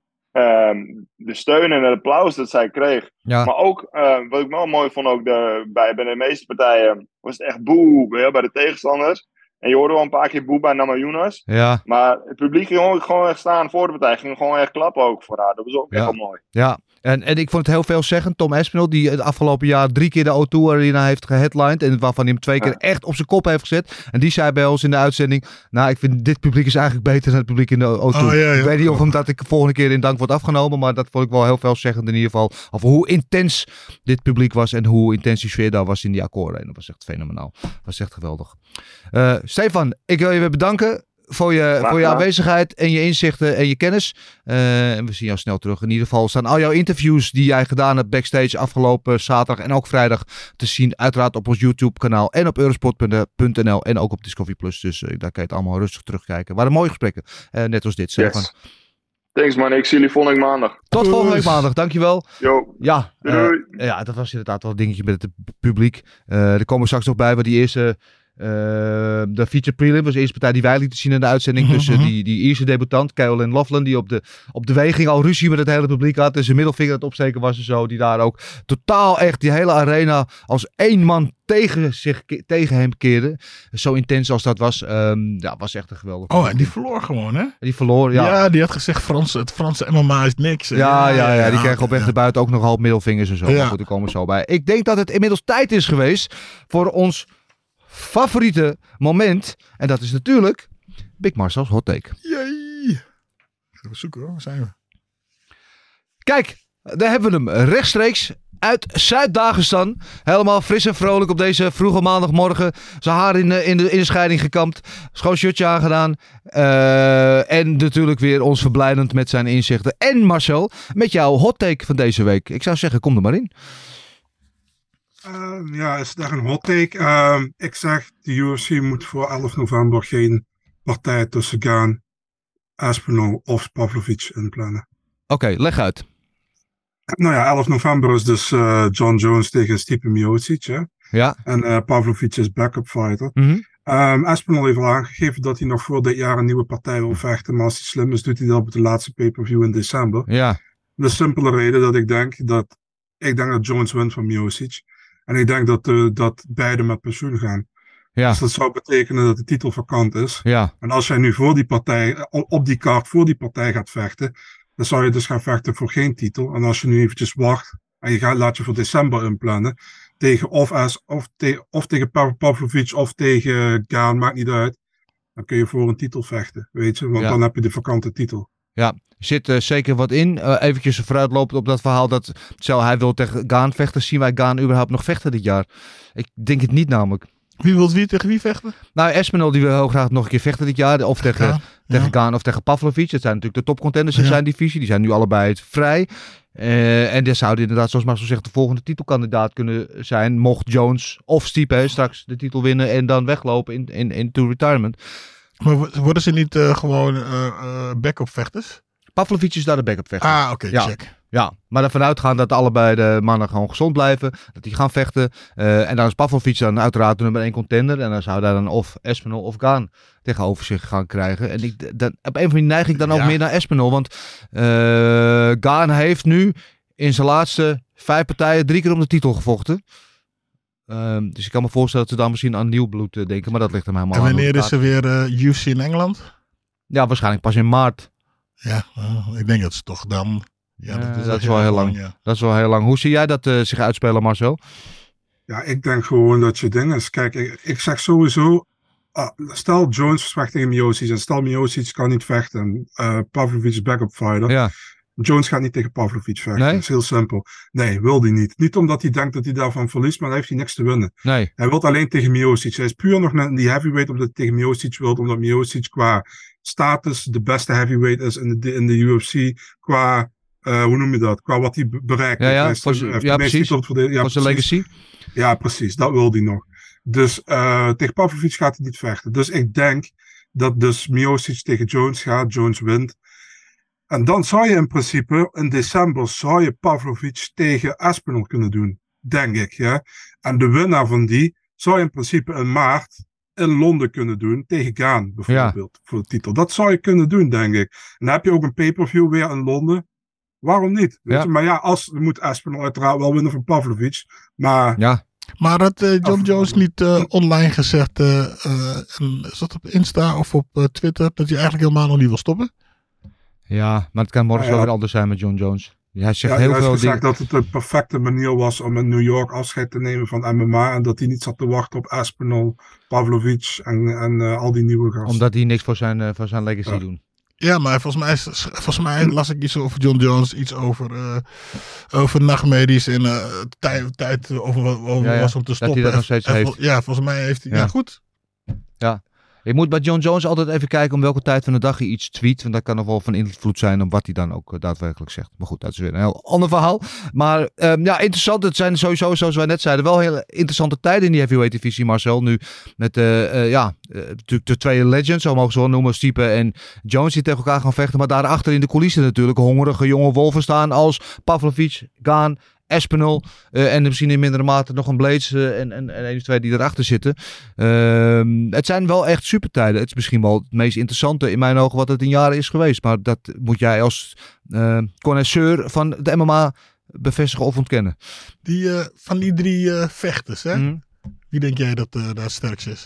um, de steun en het applaus dat zij kreeg. Ja. Maar ook, uh, wat ik wel mooi vond, ook de, bij, bij de meeste partijen was het echt boe ja, bij de tegenstanders. En je hoorde wel een paar keer boe bij Namajunas. Ja. Maar het publiek ging gewoon, gewoon echt staan voor de partij. Ging gewoon echt klappen ook voor haar. Dat was ook ja. echt wel mooi. Ja. En, en ik vond het heel veelzeggend. Tom Aspinall, die het afgelopen jaar drie keer de O twee Arena heeft geheadlined. En waarvan hij hem twee keer ja. echt op zijn kop heeft gezet. En die zei bij ons in de uitzending. Nou, ik vind dit publiek is eigenlijk beter dan het publiek in de O twee. Oh, ja, ja. Ik weet niet of hem dat ik de volgende keer in dank wordt afgenomen. Maar dat vond ik wel heel veelzeggend in ieder geval. Over hoe intens dit publiek was. En hoe intens die sfeer daar was in die Accor Arena. Dat was echt fenomenaal. Dat was echt geweldig. Uh, Stefan, ik wil je weer bedanken. Voor je, voor je aanwezigheid en je inzichten en je kennis. Uh, en we zien jou snel terug. In ieder geval staan al jouw interviews die jij gedaan hebt backstage afgelopen zaterdag en ook vrijdag te zien. Uiteraard op ons YouTube kanaal en op eurosport punt n l en ook op Discovery Plus. Dus uh, daar kan je het allemaal rustig terugkijken. Waren mooie gesprekken. Uh, net als dit. Yes. Thanks man, ik zie jullie volgende week maandag. Tot volgende week maandag, dankjewel. Yo. Ja, uh, ja, dat was inderdaad wel een dingetje met het publiek. Uh, er komen we straks nog bij waar die eerste... Uh, de feature prelim was de eerste partij die wij lieten zien in de uitzending. Mm-hmm. Tussen die, die Ierse debutant, Caroline Loughlin, die op de, op de weging al ruzie met het hele publiek had. En zijn middelvinger aan het opsteken was en zo. Die daar ook totaal echt die hele arena als één man tegen, zich, tegen hem keerde. Zo intens als dat was. Um, ja, was echt een geweldig. Oh, en die verloor gewoon, hè? Die verloor, ja. Ja, die had gezegd Frans, het Franse M M A is niks. Ja, ja, ja, ja. Die ja, kreeg op weg ja. erbuiten ook nog half middelvingers en zo. Ja. Maar goed, daar komen we zo bij. Ik denk dat het inmiddels tijd is geweest voor ons favoriete moment. En dat is natuurlijk Big Marcel's Hot Take. Jee. Even zoeken hoor, waar zijn we? Kijk, daar hebben we hem rechtstreeks uit Zuid-Dagestan. Helemaal fris en vrolijk op deze vroege maandagmorgen. Zijn haar in de, in de, in de scheiding gekamd. Schoon shirtje aangedaan. Uh, en natuurlijk weer ons verblijdend met zijn inzichten. En Marcel, met jouw hot take van deze week. Ik zou zeggen, kom er maar in. Uh, ja, is daar een hot take? Uh, ik zeg, de U F C moet voor elf november geen partij tussen Gaan, Aspinall of Pavlovich inplannen. Oké, okay, leg uit. Nou ja, elf november is dus uh, John Jones tegen Stipe Miocic. Hè? Ja. En uh, Pavlovich is backup fighter. Mm-hmm. Um, Aspinall heeft al aangegeven dat hij nog voor dit jaar een nieuwe partij wil vechten. Maar als hij slim is, doet hij dat op de laatste pay-per-view in december. Ja. De simpele reden dat ik denk dat ik denk dat Jones wint van Miocic. En ik denk dat, uh, dat beide met pensioen gaan. Ja. Dus dat zou betekenen dat de titel vakant is. Ja. En als jij nu voor die partij, op die kaart voor die partij gaat vechten, dan zou je dus gaan vechten voor geen titel. En als je nu eventjes wacht en je gaat, laat je voor december inplannen, tegen of, as, of, te, of tegen Pavlovich of tegen Gaan, maakt niet uit. Dan kun je voor een titel vechten, weet je. Want ja. dan heb je de vakante titel. Ja, er zit uh, zeker wat in. Uh, eventjes vooruitlopend op dat verhaal dat stel hij wil tegen Gaan vechten. Zien wij Gaan überhaupt nog vechten dit jaar? Ik denk het niet namelijk. Wie wil wie tegen wie vechten? Nou, Aspinall die wil heel graag nog een keer vechten dit jaar. Of tegen, ja, tegen ja. Gaan of tegen Pavlovich. Dat zijn natuurlijk de topcontenders in ja. zijn divisie. Die zijn nu allebei vrij. Uh, en die zouden inderdaad, zoals Marcel zegt, de volgende titelkandidaat kunnen zijn. Mocht Jones of Stipe straks de titel winnen en dan weglopen in, in, into retirement. Maar worden ze niet uh, gewoon uh, uh, backup vechters? Pavlovich is daar de backup vechter. Ah, oké, okay, ja. check. Ja, maar ervan uitgaan dat allebei de mannen gewoon gezond blijven. Dat die gaan vechten. Uh, en dan is Pavlovich dan uiteraard de nummer één contender. En dan zou daar dan of Aspinall of Gaan tegenover zich gaan krijgen. En ik, dan, op een of andere neig ik dan ook ja. meer naar Aspinall. Want uh, Gaan heeft nu in zijn laatste vijf partijen drie keer om de titel gevochten. Um, dus ik kan me voorstellen dat ze dan misschien aan nieuw bloed uh, denken. Maar dat ligt hem helemaal aan. En wanneer is er weer uh, U F C in Engeland? Ja, waarschijnlijk pas in maart. Ja, uh, ik denk dat ze toch dan... Ja, dat, uh, is, dat is wel heel lang. lang ja. Dat is wel heel lang. Hoe zie jij dat uh, zich uitspelen, Marcel? Ja, ik denk gewoon dat je ding is. Kijk, ik, ik zeg sowieso... Uh, stel Jones vecht tegen Miocic en stel Miocic kan niet vechten. Uh, Pavlovich is backup fighter. Ja. Jones gaat niet tegen Pavlovich vechten. Nee? Dat is heel simpel. Nee, wil hij niet. Niet omdat hij denkt dat hij daarvan verliest, maar dan heeft hij niks te winnen. Nee. Hij wil alleen tegen Miocic. Hij is puur nog naar die heavyweight omdat hij tegen Miocic wil, omdat Miocic qua status de beste heavyweight is in de, in de U F C. Qua, uh, hoe noem je dat? Qua wat hij bereikt. Ja, ja, hij is voor de, z- heeft ja, de meeste precies. titels voor de, ja, Voor zijn precies. legacy. Ja, precies. Dat wil hij nog. Dus uh, tegen Pavlovich gaat hij niet vechten. Dus ik denk dat dus Miocic tegen Jones gaat. Jones wint. En dan zou je in principe in december zou je Pavlovich tegen Aspinall kunnen doen. Denk ik. Ja? En de winnaar van die zou je in principe in maart in Londen kunnen doen. Tegen Gaan bijvoorbeeld. Ja. Voor de titel. Dat zou je kunnen doen, denk ik. En dan heb je ook een pay-per-view weer in Londen. Waarom niet? Weet Ja. je? Maar ja, als, moet Aspinall uiteraard wel winnen van Pavlovich. Maar... Ja. Maar had uh, John Af- Jones niet uh, online gezegd, uh, uh, is dat op Insta of op uh, Twitter, dat hij eigenlijk helemaal nog niet wil stoppen? Ja, maar het kan morgen Ja, wel ja. weer anders zijn met John Jones. Hij zegt Ja, heel hij veel heeft gezegd dingen. dat het de perfecte manier was om in New York afscheid te nemen van M M A. En dat hij niet zat te wachten op Aspinall, Pavlovich en, en uh, al die nieuwe gasten. Omdat hij niks voor zijn, uh, voor zijn legacy Ja. doen. Ja, maar volgens mij, is, volgens mij las ik iets over John Jones, iets over, uh, over nachtmedisch en uh, tijd, tijd over, over Ja, ja. was om te Dat hij stoppen. dat nog steeds En vol- heeft. Ja, volgens mij heeft hij, ja, Ja. goed. Je moet bij John Jones altijd even kijken om welke tijd van de dag hij iets tweet. Want dat kan nog wel van invloed zijn op wat hij dan ook uh, daadwerkelijk zegt. Maar goed, dat is weer een heel ander verhaal. Maar um, ja, interessant. Het zijn sowieso, zoals wij net zeiden, wel hele interessante tijden in die heavyweight divisie, Marcel. Nu met uh, uh, ja, uh, natuurlijk de twee legends, zo mogen ze wel noemen, Stipe en Jones, die tegen elkaar gaan vechten. Maar daarachter in de coulissen natuurlijk hongerige jonge wolven staan als Pavlovich, Gaan, Aspinall uh, en misschien in mindere mate nog een Blades uh, en, en, en een of twee die erachter zitten. Uh, het zijn wel echt supertijden. Het is misschien wel het meest interessante in mijn ogen wat het in jaren is geweest. Maar dat moet jij als uh, connoisseur van de M M A bevestigen of ontkennen. Die, uh, van die drie uh, vechters, hè? Mm. Wie denk jij dat uh, daar sterkst is?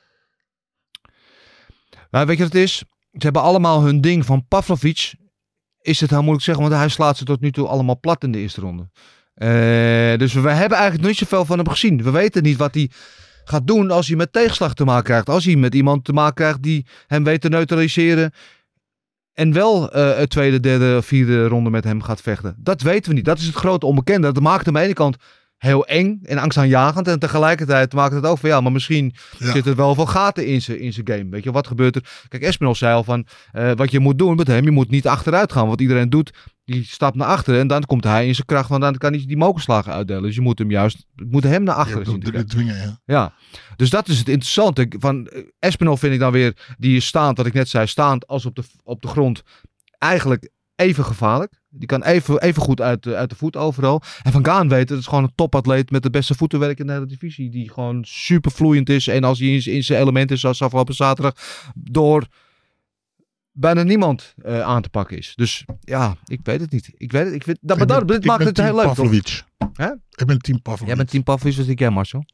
Nou, weet je wat het is? Ze hebben allemaal hun ding. Van Pavlovich is het heel moeilijk zeggen, want hij slaat ze tot nu toe allemaal plat in de eerste ronde. Uh, dus we hebben eigenlijk niet zoveel van hem gezien. We weten niet wat hij gaat doen als hij met tegenslag te maken krijgt. Als hij met iemand te maken krijgt die hem weet te neutraliseren. En wel uh, een tweede, derde, vierde ronde met hem gaat vechten. Dat weten we niet. Dat is het grote onbekende. Dat maakt hem aan de ene kant heel eng en angstaanjagend. En tegelijkertijd maakt het ook van ja, maar misschien Ja. zit er wel veel gaten in zijn in zijn game. Weet je, wat gebeurt er? Kijk, Aspinall zei al van uh, wat je moet doen met hem. Je moet niet achteruit gaan. Wat iedereen doet, die stapt naar achteren. En dan komt hij in zijn kracht. Want dan kan hij die mokerslagen uitdelen. Dus je moet hem juist, je moet hem naar achteren Ja, zien te krijgen. dwingen, ja. Ja, dus dat is het interessante. Van uh, Aspinall vind ik dan weer, die is staand, wat ik net zei, staand als op de, op de grond. Eigenlijk even gevaarlijk. Die kan even, even goed uit de, uit de voet overal. En Van Gaan weten, het is gewoon een topatleet met de beste voetenwerk in de hele divisie. Die gewoon super vloeiend is. En als hij in, in zijn element is, zoals afgelopen zaterdag, door bijna niemand uh, aan te pakken is. Dus ja, ik weet het niet. Ik weet het. Ik vind, dat, maar dat, dit maakt het heel leuk. Pavlovich. Hè? Ik ben team Pavlovich. Jij bent team Pavlovich, wat ik jij, Marcel?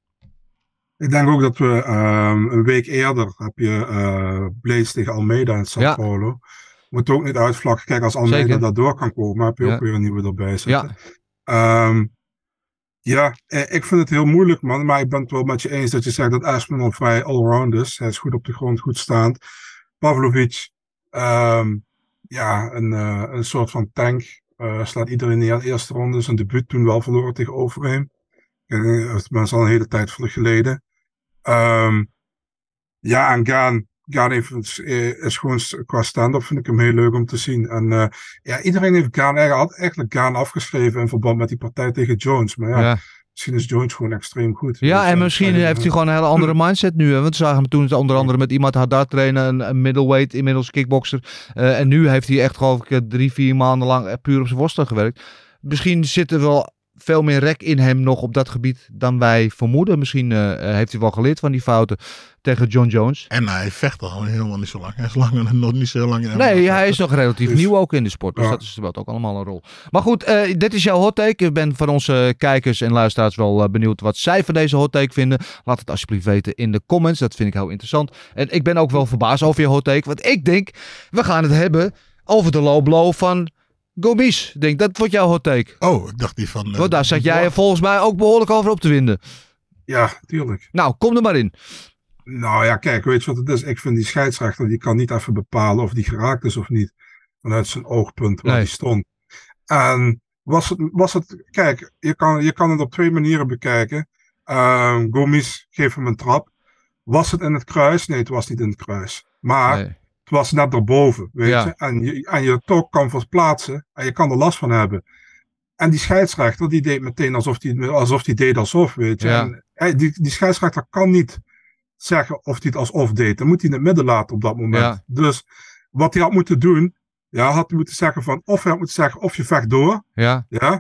Ik denk ook dat we um, een week eerder heb je uh, Blades tegen Almeida in Sao Ja. Paulo. Moet ook niet uitvlakken. Kijk, als Almeida Zeker. daardoor kan komen, heb je Ja. ook weer een nieuwe erbij zitten. Ja. Um, ja, eh, ik vind het heel moeilijk, man. Maar ik ben het wel met je eens dat je zegt dat Aspinall vrij allround is. Hij is goed op de grond, goed staand. Pavlovich, um, ja, een, uh, een soort van tank. Uh, slaat iedereen neer in de eerste ronde. Zijn debuut toen wel verloren tegen Overeem. Uh, dat is al een hele tijd geleden. Um, ja, en Gaan. Gaan heeft, is gewoon qua stand-up vind ik hem heel leuk om te zien. En uh, ja, iedereen heeft Gaan eigenlijk, eigenlijk Gaan afgeschreven in verband met die partij tegen Jones. Maar ja, Ja. misschien is Jones gewoon extreem goed. Ja, Dus, en uh, misschien uh, heeft hij gewoon een hele andere mindset nu. Hè? Want we zagen hem toen onder andere met iemand hard trainen, een, een middleweight, inmiddels kickboxer. Uh, en nu heeft hij echt geloof ik drie, vier maanden lang puur op zijn worsten gewerkt. Misschien zit er wel veel meer rek in hem nog op dat gebied dan wij vermoeden. Misschien uh, heeft hij wel geleerd van die fouten tegen John Jones. En hij vecht al helemaal niet zo lang. Hij is lang, nog niet zo lang in M M A. Nee, hij is nog relatief Dus- nieuw ook in de sport. Dus Ja. dat is wel ook allemaal een rol. Maar goed, uh, dit is jouw hot take. Ik ben van onze kijkers en luisteraars wel uh, benieuwd wat zij van deze hot take vinden. Laat het alsjeblieft weten in de comments. Dat vind ik heel interessant. En ik ben ook wel verbaasd over je hot take. Want ik denk, we gaan het hebben over de low blow van Gomis. Ik denk, dat wordt jouw hot take. Oh, ik dacht die van... Uh, Want daar zat jij er volgens mij ook behoorlijk over op te winden. Ja, tuurlijk. Nou, kom er maar in. Nou ja, kijk, weet je wat het is? Ik vind die scheidsrechter, die kan niet even bepalen of die geraakt is of niet. vanuit zijn oogpunt waar Nee. hij stond. En was het, was het kijk, je kan, je kan het op twee manieren bekijken. Uh, Gomis geeft hem een trap. Was het in het kruis? Nee, het was niet in het kruis. Maar Nee. het was net erboven, weet Ja. je. En je, en je toch kan verplaatsen en je kan er last van hebben. En die scheidsrechter, die deed meteen alsof die, alsof die deed alsof, weet je. Ja. En hij, die, die scheidsrechter kan niet zeggen of hij het alsof deed. Dan moet hij in het midden laten op dat moment. Ja. Dus wat hij had moeten doen, ja, had hij moeten zeggen van, of hij had moeten zeggen, of je vecht door, Ja, ja,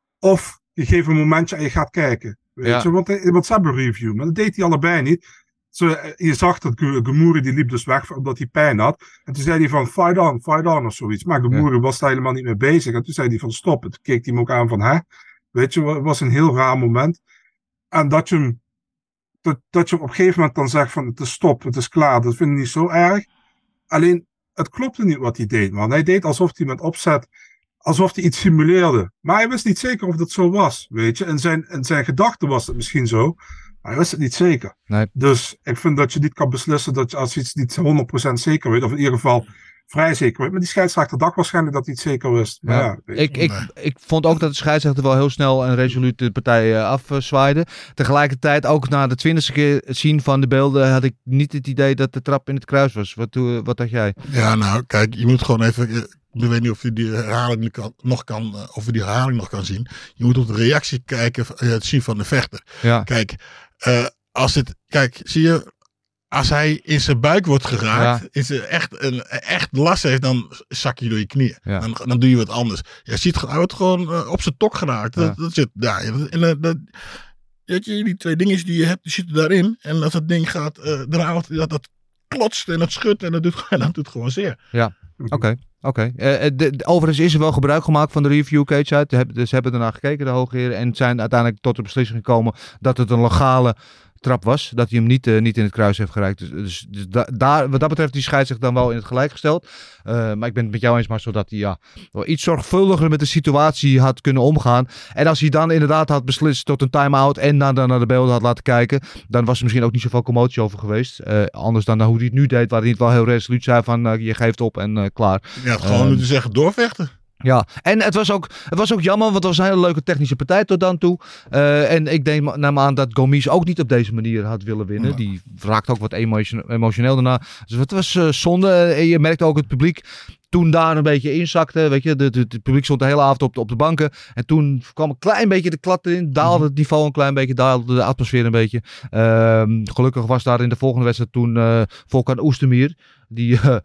of je geeft een momentje en je gaat kijken. Weet Ja. je, want, want ze hebben een review, maar dat deed hij allebei niet. Zo, je zag dat Gemouri die liep dus weg omdat hij pijn had. En toen zei hij van fight on, fight on of zoiets. Maar Gemouri was daar helemaal niet mee bezig. En toen zei hij van stop. En toen keek hij hem ook aan van hè. Weet je, het was een heel raar moment. En dat je hem, dat, dat je op een gegeven moment dan zegt van het is stop, het is klaar. Dat vind ik niet zo erg. Alleen, het klopte niet wat hij deed, man. Hij deed alsof hij met opzet, alsof hij iets simuleerde. Maar hij wist niet zeker of dat zo was, weet je. In zijn, in zijn gedachten was het misschien zo. Maar hij wist het niet zeker. Nee. Dus ik vind dat je niet kan beslissen dat je als je iets niet honderd procent zeker weet, of in ieder geval vrij zeker weet. Maar die scheidsrechter dacht waarschijnlijk dat hij het zeker wist. Maar Ja. ja, weet je. Ik, ik, ik vond ook dat de scheidsrechter wel heel snel en resoluut de partij uh, afzwaaide. Tegelijkertijd ook na de twintigste keer het zien van de beelden had ik niet het idee dat de trap in het kruis was. Wat, uh, wat dacht jij? Ja, nou, kijk, je moet gewoon even... Ik weet niet of je die herhaling nu kan, nog kan, of je die herhaling nog kan zien. Je moet op de reactie kijken, uh, het zien van de vechter. Ja. Kijk, uh, als het, kijk, zie je, als hij in zijn buik wordt geraakt, Ja. is er echt een echt last heeft, dan zak je door je knieën. Ja. Dan, dan doe je wat anders. Je ziet, hij wordt gewoon uh, op zijn tok geraakt. Ja. Dat, dat zit daar. En uh, dat, weet je, die twee dingetjes die je hebt, die zitten daarin. En als dat ding gaat uh, eruit, dat, dat klotst en dat schudt en dat doet, en dat doet gewoon zeer. Ja, oké. Okay. Oké, okay. uh, de, de, overigens is er wel gebruik gemaakt van de review cage uit. Ze hebben, ze hebben ernaar gekeken, de hoogheren, en zijn uiteindelijk tot de beslissing gekomen dat het een legale trap was. Dat hij hem niet, uh, niet in het kruis heeft gereikt. Dus, dus, dus da, daar, wat dat betreft die scheidsrechter dan wel in het gelijk gesteld. Uh, maar ik ben het met jou eens, maar zodat hij ja, wel iets zorgvuldiger met de situatie had kunnen omgaan. En als hij dan inderdaad had beslist tot een time-out en naar, naar de beelden had laten kijken, dan was er misschien ook niet zoveel commotie over geweest. Uh, anders dan hoe hij het nu deed, waar hij het wel heel resoluut zei van uh, je geeft op en uh, klaar. Ja, het gewoon um, moeten zeggen doorvechten. Ja, en het was, ook, het was ook jammer, want het was een hele leuke technische partij tot dan toe. Uh, en ik denk naam aan dat Gomis ook niet op deze manier had willen winnen. Ja. Die raakte ook wat emotion, emotioneel daarna. Dus het was uh, zonde. Uh, je merkte ook het publiek toen daar een beetje inzakte. Weet je, de, de, het publiek stond de hele avond op de, op de banken. En toen kwam een klein beetje de klad in. Daalde het niveau een klein beetje. Daalde de atmosfeer een beetje. Uh, gelukkig was daar in de volgende wedstrijd toen uh, Volkan Oezdemir. Die, uh,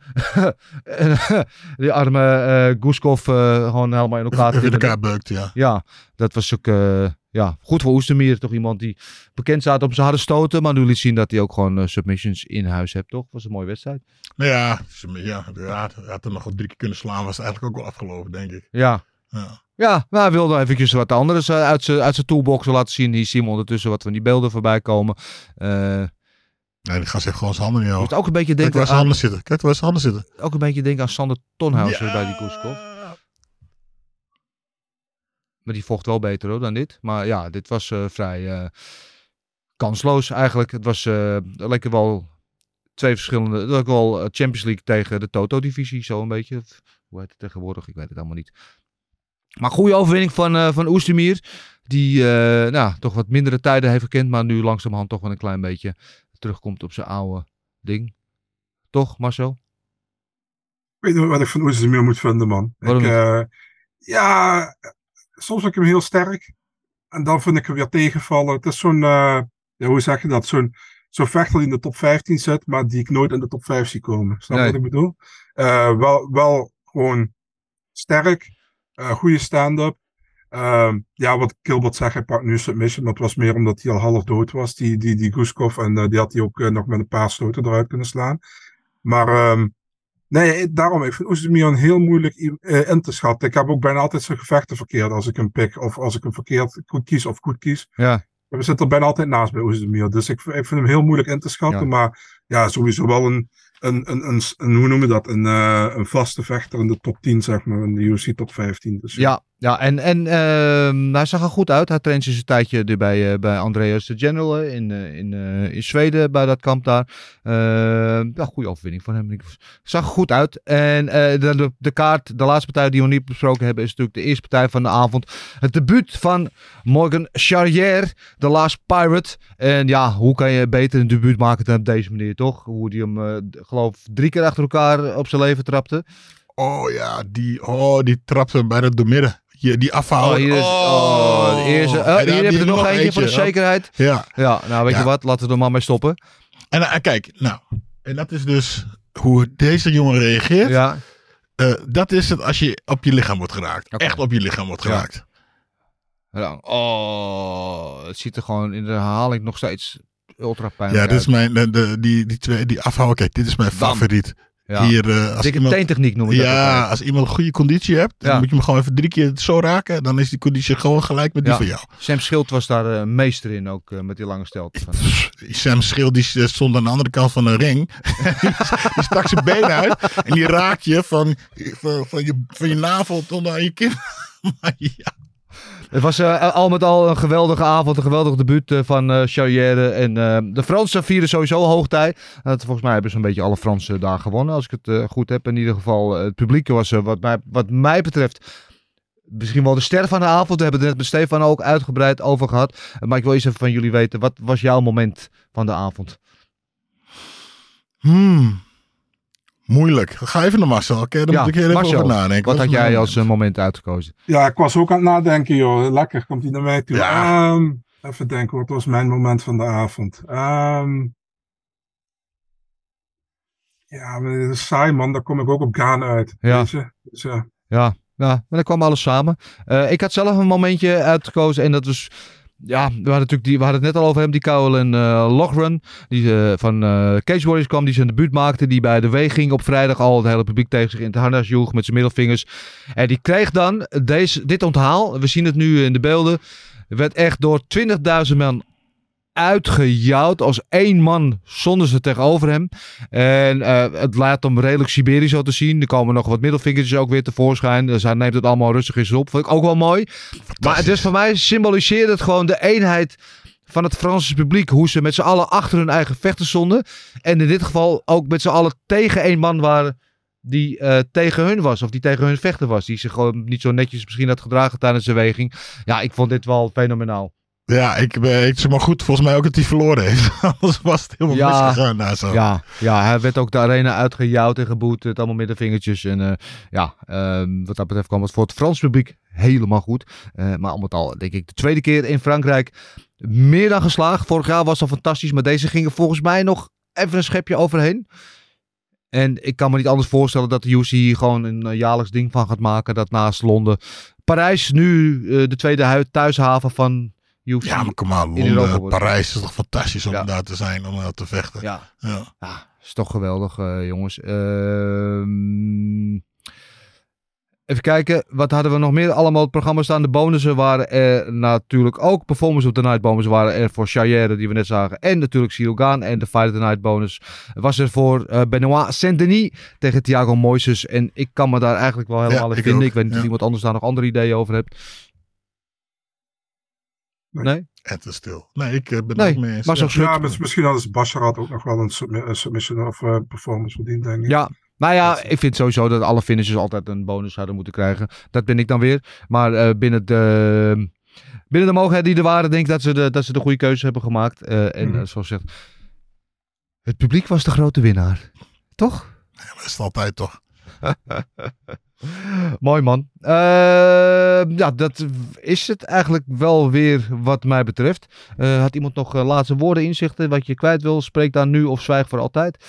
die arme uh, Guskov uh, gewoon helemaal in elkaar... In elkaar beukt, ja. Ja, dat was ook uh, ja, goed voor Oezdemir. Toch iemand die bekend staat op zijn harde stoten. Maar nu liet zien dat hij ook gewoon uh, submissions in huis heeft, toch? Was een mooie wedstrijd. Nou ja, ja, ja, hij had er nog wat drie keer kunnen slaan. Was eigenlijk ook wel afgelopen, denk ik. Ja. Ja. Ja, maar hij wilde eventjes wat anders uh, uit zijn uit zijn toolbox laten zien. Hier zien we ondertussen wat van die beelden voorbij komen. Uh, Nee, die gast heeft gewoon zijn handen niet hoog. Ook een beetje denken Kijk waar zijn handen zitten. Kijk waar zijn handen zitten. Ook een beetje denken aan Sander Tonhauser ja. bij die Guskov. Maar die vocht wel beter hoor, dan dit. Maar ja, dit was uh, vrij uh, kansloos eigenlijk. Het was uh, lekker wel twee verschillende... Het was wel Champions League tegen de Toto-divisie, zo een beetje. Hoe heet het tegenwoordig? Ik weet het allemaal niet. Maar goede overwinning van, uh, van Oezdemir. Die uh, nou, toch wat mindere tijden heeft gekend. Maar nu langzamerhand toch wel een klein beetje terugkomt op zijn oude ding. Toch, Marcel? Ik weet niet wat ik van Oezdemir moet vinden, man. Waarom ik, uh, ja, soms vind ik hem heel sterk. En dan vind ik hem weer tegenvallen. Het is zo'n, uh, ja, hoe zeg je dat? Zo'n, zo'n vechter die in de top vijftien zit, maar die ik nooit in de top vijf zie komen. Snap je nee. wat ik bedoel? Uh, wel, wel gewoon sterk. Uh, goede stand-up. Uh, ja, wat Gilbert zegt, hij pakt nu submission. Dat was meer omdat hij al half dood was. Die, die, die Guskov. En uh, die had hij ook uh, nog met een paar stoten eruit kunnen slaan. Maar um, nee, daarom. Ik vind Oezdemir heel moeilijk uh, in te schatten. Ik heb ook bijna altijd zijn gevechten verkeerd als ik hem pik. Of als ik hem verkeerd goed kies of goed kies. Ja. We zitten er bijna altijd naast bij Oezdemir. Dus ik, ik vind hem heel moeilijk in te schatten. Ja. Maar ja, sowieso wel een, een, een, een, een hoe noem je dat? Een, uh, een vaste vechter in de top tien, zeg maar. In de U F C top vijftien. Dus, ja. Ja, en, en uh, hij zag er goed uit. Hij traint sinds een tijdje er bij, uh, bij Andreas de General in, uh, in, uh, in Zweden, bij dat kamp daar. Uh, ja, goede overwinning van hem. Ik zag er goed uit. En uh, de, de, de kaart, de laatste partij die we niet besproken hebben, is natuurlijk de eerste partij van de avond. Het debuut van Morgan Charrière, de Last Pirate. En ja, hoe kan je beter een debuut maken dan op deze manier, toch? Hoe die hem, uh, geloof drie keer achter elkaar op zijn leven trapte. Oh ja, die, oh, die trapte bijna door midden. Hier, die afhouden. Oh, hier, is, oh, de eerste. Oh, hier heb je er nog eentje, eentje voor de zekerheid. Ja. Ja, nou weet ja. je wat, laten we er maar mee stoppen. En uh, kijk, nou, en dat is dus hoe deze jongen reageert. Ja. Uh, dat is het als je op je lichaam wordt geraakt. Okay. Echt op je lichaam wordt geraakt. Ja. Ja. Oh, het ziet er gewoon in de herhaling nog steeds ultra pijnlijk uit. Ja, dit is mijn, de, de, die, die twee, die afhouden. Kijk, dit is mijn Bam. favoriet. Ja. Hier, uh, als Dikke iemand, teentechniek noem ik ja, dat. Ja, als iemand een goede conditie hebt, dan ja. moet je hem gewoon even drie keer zo raken. Dan is die conditie gewoon gelijk met die ja. van jou. Sam Schild was daar uh, meester in, ook uh, met die lange stelt. Van. Sam Schild die stond aan de andere kant van de ring. Die stak zijn been uit en die raakt je van, van, van, je, van je navel tot aan je kin. Maar ja. Het was uh, al met al een geweldige avond, een geweldig debuut uh, van uh, Charrière. En uh, de Fransen vieren sowieso hoogtij. Uh, volgens mij hebben ze een beetje alle Fransen daar gewonnen, als ik het uh, goed heb. In ieder geval, uh, het publiek was uh, wat, mij, wat mij betreft misschien wel de ster van de avond. We hebben het net met Stefan ook uitgebreid over gehad. Uh, maar ik wil eens even van jullie weten, wat was jouw moment van de avond? Hmm... Moeilijk. Ga even naar Marcel. Okay? Dan ja, moet ik hier even Marcel, over nadenken. Wat, wat had jij moment? als uh, moment uitgekozen? Ja, ik was ook aan het nadenken, joh. Lekker, komt hij naar mij toe. Ja. Um, even denken, wat was mijn moment van de avond? Um, ja, dat is saai, man. Daar kom ik ook op gaan uit. Ja. Weet je? Dus, uh. ja, ja, maar dan kwam alles samen. Uh, ik had zelf een momentje uitgekozen en dat was... Ja, we hadden, natuurlijk die, we hadden het net al over hem, die Kouwen uh, Logrun, die uh, van uh, Cage Warriors kwam, die zijn debuut maakte, die bij de weging op vrijdag al het hele publiek tegen zich in het harnas joeg met zijn middelvingers. En die kreeg dan deze, dit onthaal, we zien het nu in de beelden, werd echt door twintigduizend man uitgejouwd als één man zonder ze tegenover hem. En uh, het laat hem redelijk Siberisch zo te zien. Er komen nog wat middelvingertjes ook weer tevoorschijn. Dus hij neemt het allemaal rustig eens op. Vond ik ook wel mooi. Maar het is voor mij symboliseert het gewoon de eenheid van het Franse publiek. Hoe ze met z'n allen achter hun eigen vechten stonden. En in dit geval ook met z'n allen tegen één man waren die uh, tegen hun was. Of die tegen hun vechten was. Die zich gewoon niet zo netjes misschien had gedragen tijdens de weging. Ja, ik vond dit wel fenomenaal. Ja, ik, ik zeg maar goed, volgens mij ook dat hij verloren heeft. Anders was het helemaal ja, misgegaan daar zo. Ja, ja, hij werd ook de arena uitgejouwd en geboet. Het allemaal middenvingertjes. En uh, ja, uh, wat dat betreft kwam het voor het Frans publiek helemaal goed. Uh, maar al met al, denk ik, de tweede keer in Frankrijk meer dan geslaagd. Vorig jaar was al fantastisch, maar deze ging er volgens mij nog even een schepje overheen. En ik kan me niet anders voorstellen dat de U F C hier gewoon een uh, jaarlijks ding van gaat maken. Dat naast Londen, Parijs nu uh, de tweede thuishaven van U F C. Ja, maar kom maar, Londen, Parijs is toch fantastisch om ja. daar te zijn, om daar te vechten. Ja, ja. ja is toch geweldig, uh, jongens. Uh, even kijken, wat hadden we nog meer allemaal op het programma staan? De bonussen waren er natuurlijk ook. Performance of the Night bonus waren er voor Charrière, die we net zagen. En natuurlijk Ciryl Gane. En de Fight of the Night bonus was er voor uh, Benoit Saint-Denis tegen Thiago Moises. En ik kan me daar eigenlijk wel helemaal ja, in vinden. Ook. Ik weet niet ja. of iemand anders daar nog andere ideeën over hebt. Nee? nee? Het is stil. Nee, ik uh, ben nee, ook mee eens. Maar zo ja, misschien hadden Basharat ook nog wel een submission of uh, performance verdiend, denk ik. Ja, nou ja, ik vind sowieso dat alle finishers altijd een bonus zouden moeten krijgen. Dat ben ik dan weer. Maar uh, binnen, de, binnen de mogelijkheden die er waren, denk ik dat ze de, dat ze de goede keuze hebben gemaakt. Uh, en mm-hmm. uh, zoals gezegd, het publiek was de grote winnaar. Toch? Ja, maar dat is het altijd toch. Mooi man. Uh, ja, dat is het eigenlijk wel weer wat mij betreft. Uh, had iemand nog uh, laatste woorden, inzichten, wat je kwijt wil? Spreek dan nu of zwijg voor altijd.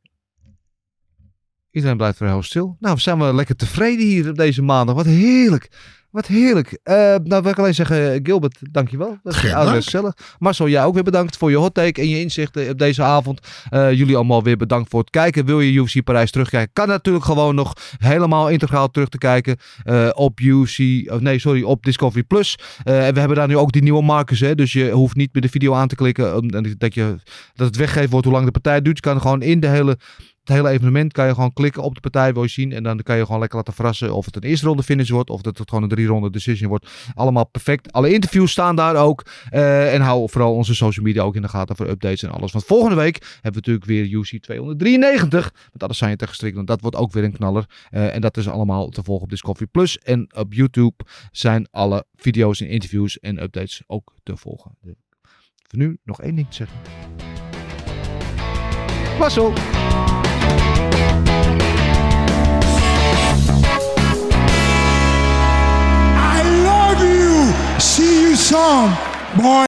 Iedereen blijft weer heel stil. Nou, we zijn wel lekker tevreden hier op deze maandag. Wat heerlijk. Wat heerlijk. Uh, nou, wil ik alleen zeggen, Gilbert, dankjewel. Dat is ouderwets gezellig. Marcel, jij ook weer bedankt voor je hot take en je inzichten op deze avond. Uh, jullie allemaal weer bedankt voor het kijken. Wil je U F C Parijs terugkijken? Kan natuurlijk gewoon nog helemaal integraal terug te kijken uh, op U F C, of nee, sorry, op Discovery Plus. Uh, en we hebben daar nu ook die nieuwe markers, hè, dus je hoeft niet meer de video aan te klikken en dat, je, dat het weggeven wordt hoe lang de partij duurt. Je kan gewoon in de hele het hele evenement kan je gewoon klikken op de partij, wil je zien. En dan kan je gewoon lekker laten verrassen of het een eerste ronde finish wordt. Of dat het gewoon een drie ronde decision wordt. Allemaal perfect. Alle interviews staan daar ook. Uh, en hou vooral onze social media ook in de gaten voor updates en alles. Want volgende week hebben we natuurlijk weer U C tweehonderddrieënnegentig. Met Adesanya tegen Strickland. Dat wordt ook weer een knaller. Uh, en dat is allemaal te volgen op Discovery Plus. En op YouTube zijn alle video's en interviews en updates ook te volgen. Voor nu nog één ding te zeggen. Marcel! I love you! See you soon, boy!